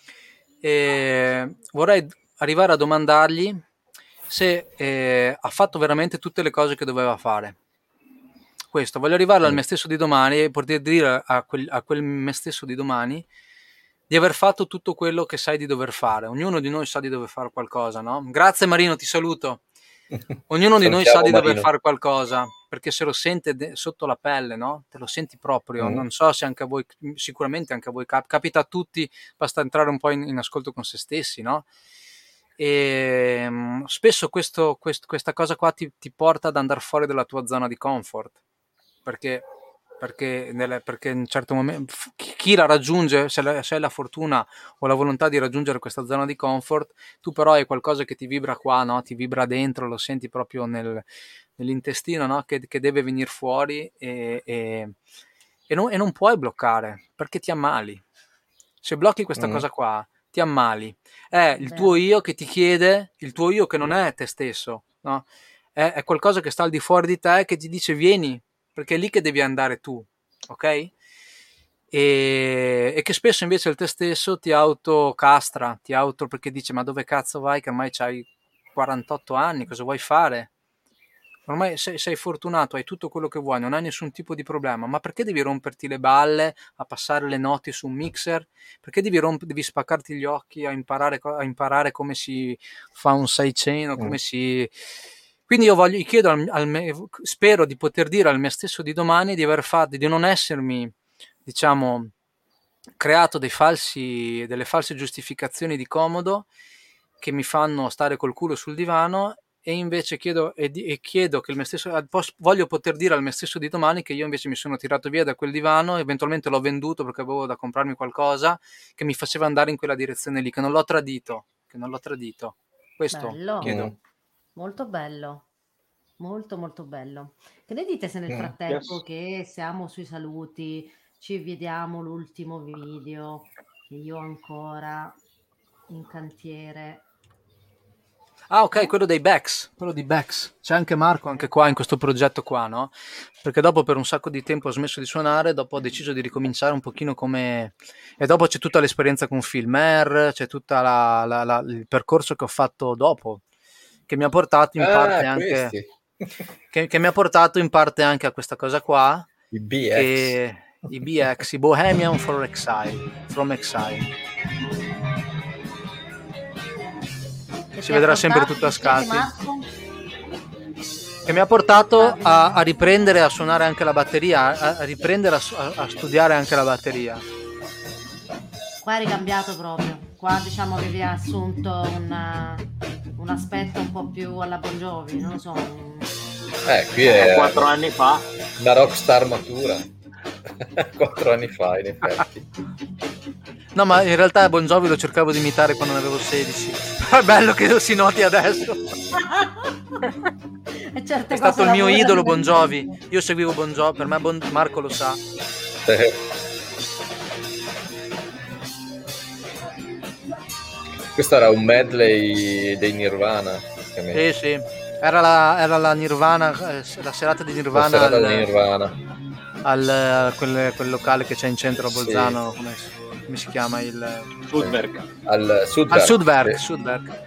e vorrei arrivare a domandargli se eh, ha fatto veramente tutte le cose che doveva fare. Questo, voglio arrivare al Mm. me stesso di domani e poter dire a quel, a quel me stesso di domani di aver fatto tutto quello che sai di dover fare. Ognuno di noi sa di dover fare qualcosa, no? Grazie Marino, ti saluto. Ognuno di noi sa Salutiamo di dover Marino. fare qualcosa, perché se lo sente de- sotto la pelle, no? Te lo senti proprio. Mm. Non so se anche a voi, sicuramente anche a voi cap- capita a tutti, basta entrare un po' in, in ascolto con se stessi, no? E um, spesso questo, quest, questa cosa qua ti, ti porta ad andare fuori dalla tua zona di comfort, perché perché, nelle, perché in un certo momento chi, chi la raggiunge, se, la, se hai la fortuna o la volontà di raggiungere questa zona di comfort, tu però hai qualcosa che ti vibra qua, no? Ti vibra dentro, lo senti proprio nel, nell'intestino, no? che, che deve venire fuori, e, e, e, non, e non puoi bloccare perché ti ammali. Se blocchi questa Mm. cosa qua, ti ammali. È il Vero. tuo io che ti chiede, il tuo io che non è te stesso, no? È, è qualcosa che sta al di fuori di te che ti dice vieni, perché è lì che devi andare tu, ok? E, e che spesso invece il te stesso ti autocastra, ti auto perché dice ma dove cazzo vai che ormai c'hai quarantotto anni, cosa vuoi fare? Ormai sei, sei fortunato, hai tutto quello che vuoi, non hai nessun tipo di problema, ma perché devi romperti le balle a passare le noti su un mixer? Perché devi, romp- devi spaccarti gli occhi a imparare, co- a imparare come si fa un sidechain o Mm. come si... Quindi io voglio, io chiedo al, al me, spero di poter dire al me stesso di domani di aver fatto, di non essermi, diciamo, creato dei falsi, delle false giustificazioni di comodo che mi fanno stare col culo sul divano e invece chiedo, e, di, e chiedo che il me stesso, pos- voglio poter dire al me stesso di domani che io invece mi sono tirato via da quel divano, eventualmente l'ho venduto perché avevo da comprarmi qualcosa che mi faceva andare in quella direzione lì, che non l'ho tradito, che non l'ho tradito. Questo Bello. chiedo. Mm. Molto bello, molto molto bello. Che ne dite se nel Mm. frattempo Yes. che siamo sui saluti, ci vediamo l'ultimo video che io ho ancora in cantiere? Ah, ok, Eh? quello dei Bex, quello di Bex. C'è anche Marco, anche qua in questo progetto qua, no? Perché dopo per un sacco di tempo ho smesso di suonare, dopo ho deciso di ricominciare un pochino come... E dopo c'è tutta l'esperienza con Filmer, c'è tutto il percorso che ho fatto dopo, che mi ha portato in parte Ah, anche... questi. Che, che mi ha portato in parte anche a questa cosa qua, I B X. che i B X, i Bohemian for Exile, from Exile. Che Si ti ha vedrà sempre portato, tutto a dicete, scatti. Marco? Che mi ha portato Ah, a, a riprendere a suonare anche la batteria, a, a riprendere a, su- a- a studiare anche la batteria. Qua è ricambiato proprio. Qua diciamo che vi ha assunto una- un aspetto un po' più alla Bon Jovi, non lo so. un- Eh, qui Eh, è quattro anni fa. una rockstar matura. Quattro anni fa, in effetti. No, ma in realtà Bon Jovi lo cercavo di imitare quando ne avevo sedici. Però è bello che lo si noti adesso. E certe È stato cose il mio lavorano idolo Bon Jovi. benissimo. Io seguivo Bon Jovi, per me Bon- Marco lo sa. Eh, Questo era un medley dei Nirvana. praticamente. Sì, sì. Era la, era la Nirvana, eh, la serata di La Nirvana serata al, dei Nirvana. al quel, quel locale che c'è in centro a Sì. Bolzano, come, si- come si chiama? Il, Sudberg. Al Sudwerk. al Sudwerk, Sì. Sudwerk.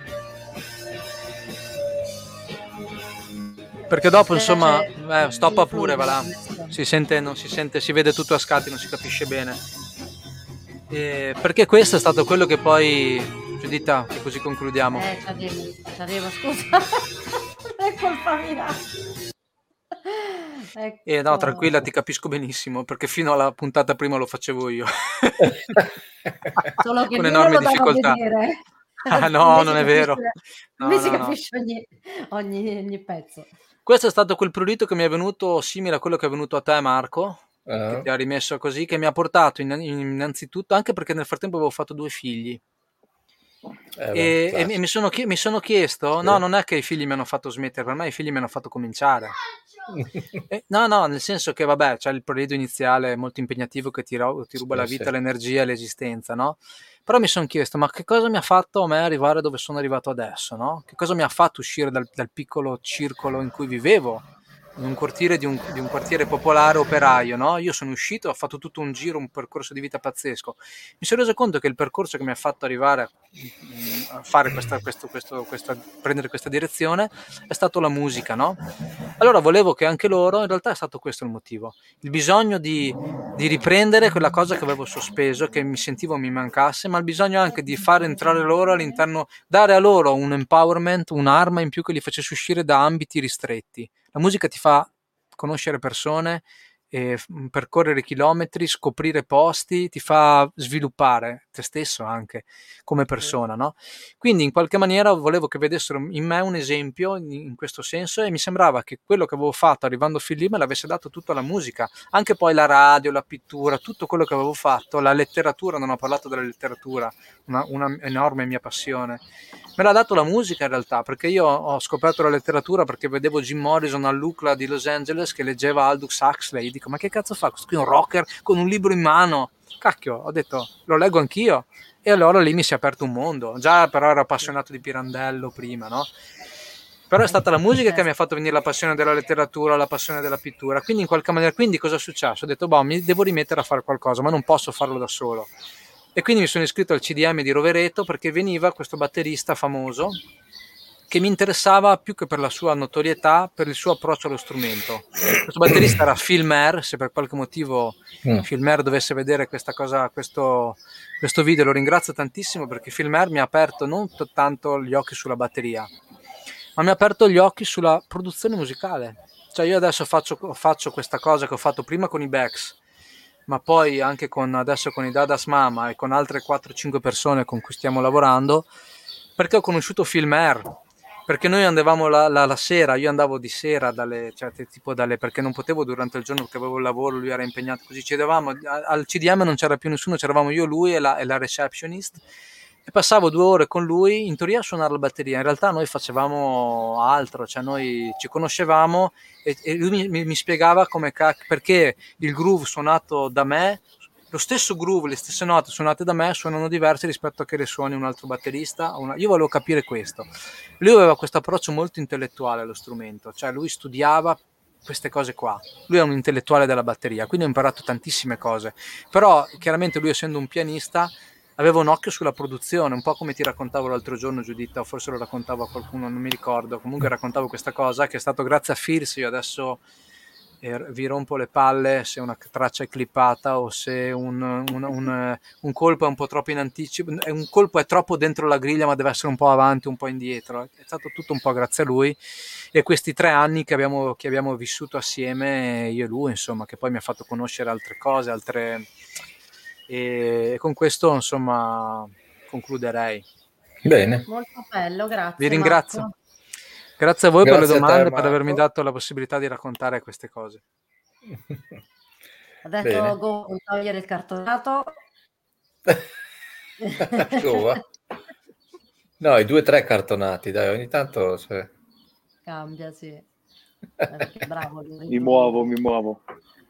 Perché dopo insomma Invece, eh, stoppa pure, va là. questo. Si sente, non si sente, si vede tutto a scatti, non si capisce bene. E perché questo è stato quello che poi, Giuditta, che così concludiamo. Eh, c'avevo, c'avevo, scusa. È colpa mia. E no, Ecco. tranquilla, ti capisco benissimo, perché fino alla puntata prima lo facevo io. Solo che Con lui enorme non lo dava a difficoltà. vedere. Ah, no, Invece non è vero. capisce- No, Invece no, no. capisce ogni, ogni, ogni pezzo. Questo è stato quel prurito che mi è venuto simile a quello che è venuto a te, Marco, che Ah. ti ha rimesso così, che mi ha portato in- innanzitutto, anche perché nel frattempo avevo fatto due figli. Eh, beh, E, e classico. mi, mi sono, chie- mi sono chiesto, Sì. no, non è che i figli mi hanno fatto smettere, per me i figli mi hanno fatto cominciare. Eh, no, no, nel senso che vabbè, c'è il periodo iniziale molto impegnativo che ti, ro- ti ruba Sì, la vita, sì. l'energia e l'esistenza, no? Però mi sono chiesto, ma che cosa mi ha fatto a me arrivare dove sono arrivato adesso, no? Che cosa mi ha fatto uscire dal, dal piccolo circolo in cui vivevo, in un quartiere di un, di un quartiere popolare operaio, no? Io sono uscito, ho fatto tutto un giro, un percorso di vita pazzesco. Mi sono reso conto che il percorso che mi ha fatto arrivare mm, a fare questa, questo, questo, questa, prendere questa direzione è stato la musica, no? Allora volevo che anche loro, in realtà è stato questo il motivo, il bisogno di, di riprendere quella cosa che avevo sospeso, che mi sentivo mi mancasse, ma il bisogno anche di far entrare loro all'interno, dare a loro un empowerment, un'arma in più che li facesse uscire da ambiti ristretti. La musica ti fa conoscere persone, eh, f- percorrere chilometri, scoprire posti, ti fa sviluppare te stesso anche come persona, no? Quindi in qualche maniera volevo che vedessero in me un esempio in, in questo senso e mi sembrava che quello che avevo fatto arrivando fin lì me l'avesse dato tutta la musica, anche poi la radio, la pittura, tutto quello che avevo fatto, la letteratura, non ho parlato della letteratura, una, una enorme mia passione. Me l'ha dato la musica in realtà, perché io ho scoperto la letteratura perché vedevo Jim Morrison all'U C L A di Los Angeles che leggeva Aldous Huxley, di dico, ma che cazzo fa questo qui, un rocker con un libro in mano? Cacchio, ho detto, lo leggo anch'io. E allora lì mi si è aperto un mondo. Già però ero appassionato di Pirandello prima, no? Però è stata la musica che mi ha fatto venire la passione della letteratura, la passione della pittura. Quindi in qualche maniera, quindi cosa è successo? Ho detto, boh, mi devo rimettere a fare qualcosa, ma non posso farlo da solo. E quindi mi sono iscritto al C D M di Rovereto perché veniva questo batterista famoso che mi interessava più che per la sua notorietà, per il suo approccio allo strumento. Questo batterista era Phil Maher, se per qualche motivo mm. Phil Maher dovesse vedere questa cosa, questo, questo video, lo ringrazio tantissimo perché Phil Maher mi ha aperto non t- tanto gli occhi sulla batteria, ma mi ha aperto gli occhi sulla produzione musicale. Cioè io adesso faccio, faccio questa cosa che ho fatto prima con i Becks, ma poi anche con, adesso con i Dadas Mama e con altre quattro cinque persone con cui stiamo lavorando, perché ho conosciuto Phil Maher. Perché noi andavamo la, la, la sera, io andavo di sera dalle, cioè, tipo dalle, perché non potevo durante il giorno perché avevo il lavoro, lui era impegnato, così ci vedevamo, al C D M non c'era più nessuno, c'eravamo io, lui e la, e la receptionist, e passavo due ore con lui in teoria a suonare la batteria. In realtà noi facevamo altro, cioè noi ci conoscevamo e, e lui mi, mi spiegava come cac- perché il groove suonato da me, lo stesso groove, le stesse note suonate da me suonano diverse rispetto a che le suoni un altro batterista. Una... Io volevo capire questo. Lui aveva questo approccio molto intellettuale allo strumento, cioè lui studiava queste cose qua. Lui è un intellettuale della batteria, quindi ho imparato tantissime cose. Però chiaramente lui, essendo un pianista, aveva un occhio sulla produzione, un po' come ti raccontavo l'altro giorno, Giuditta, o forse lo raccontavo a qualcuno, non mi ricordo. Comunque raccontavo questa cosa che è stato grazie a Fierce. Io adesso eh, vi rompo le palle se una traccia è clippata o se un, un, un, un colpo è un po' troppo in anticipo, un colpo è troppo dentro la griglia ma deve essere un po' avanti, un po' indietro. È stato tutto un po' grazie a lui e questi tre anni che abbiamo, che abbiamo vissuto assieme, io e lui, insomma, che poi mi ha fatto conoscere altre cose, altre... e con questo, insomma, concluderei. Bene. Molto bello, grazie. Vi ringrazio. Marco. Grazie a voi Grazie per le domande e per Marco. avermi dato la possibilità di raccontare queste cose. Ha detto Bene. go con togliere il cartonato. No, i due o tre cartonati, dai, ogni tanto cioè... cambia, sì. Eh, bravo lui. Mi muovo, mi muovo.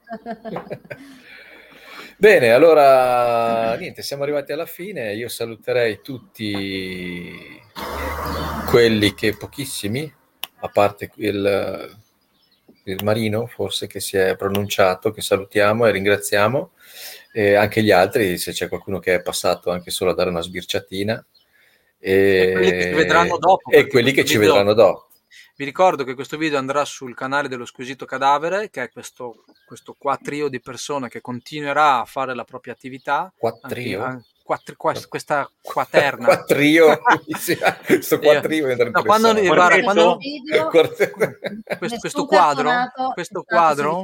Bene, allora niente, siamo arrivati alla fine. Io saluterei tutti quelli che pochissimi, a parte il, il Marino forse che si è pronunciato, che salutiamo e ringraziamo, e anche gli altri, se c'è qualcuno che è passato anche solo a dare una sbirciatina, e, e quelli che ci vedranno dopo, e quelli che ci video... vedranno dopo. Vi ricordo che questo video andrà sul canale dello Squisito Cadavere, che è questo, questo qua trio di persone che continuerà a fare la propria attività. Quattrio? Anche, quattri, questa quaterna. Quattrio? Questo quattrio è no, quando, guarda, quando video, questo, questo quadro, questo quadro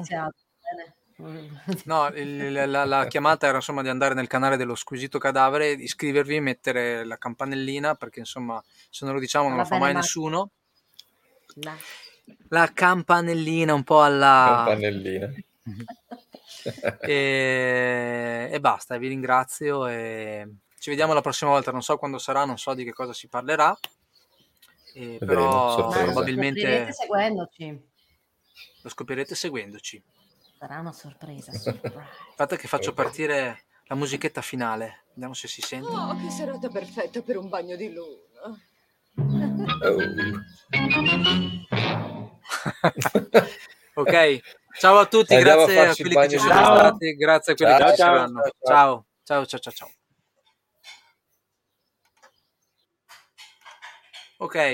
no, il, la, la chiamata era insomma di andare nel canale dello Squisito Cadavere, iscrivervi e mettere la campanellina, perché insomma se non lo diciamo non Va lo fa bene, mai ma... nessuno. No. La campanellina un po' alla campanellina e... e basta, vi ringrazio e ci vediamo la prossima volta, non so quando sarà, non so di che cosa si parlerà, e però probabilmente lo scoprirete seguendoci. Lo scoprirete seguendoci. Sarà una sorpresa. Aspetta che faccio partire la musichetta finale, vediamo se si sente. Oh, che serata perfetta per un bagno di luna. Oh. Ok, ciao a tutti, Andiamo grazie a a quelli che ci sono ciao. stati, grazie a quelli Ciao, che ci ciao, saranno. ciao, Ciao, ciao, ciao, ciao, ciao. Ok.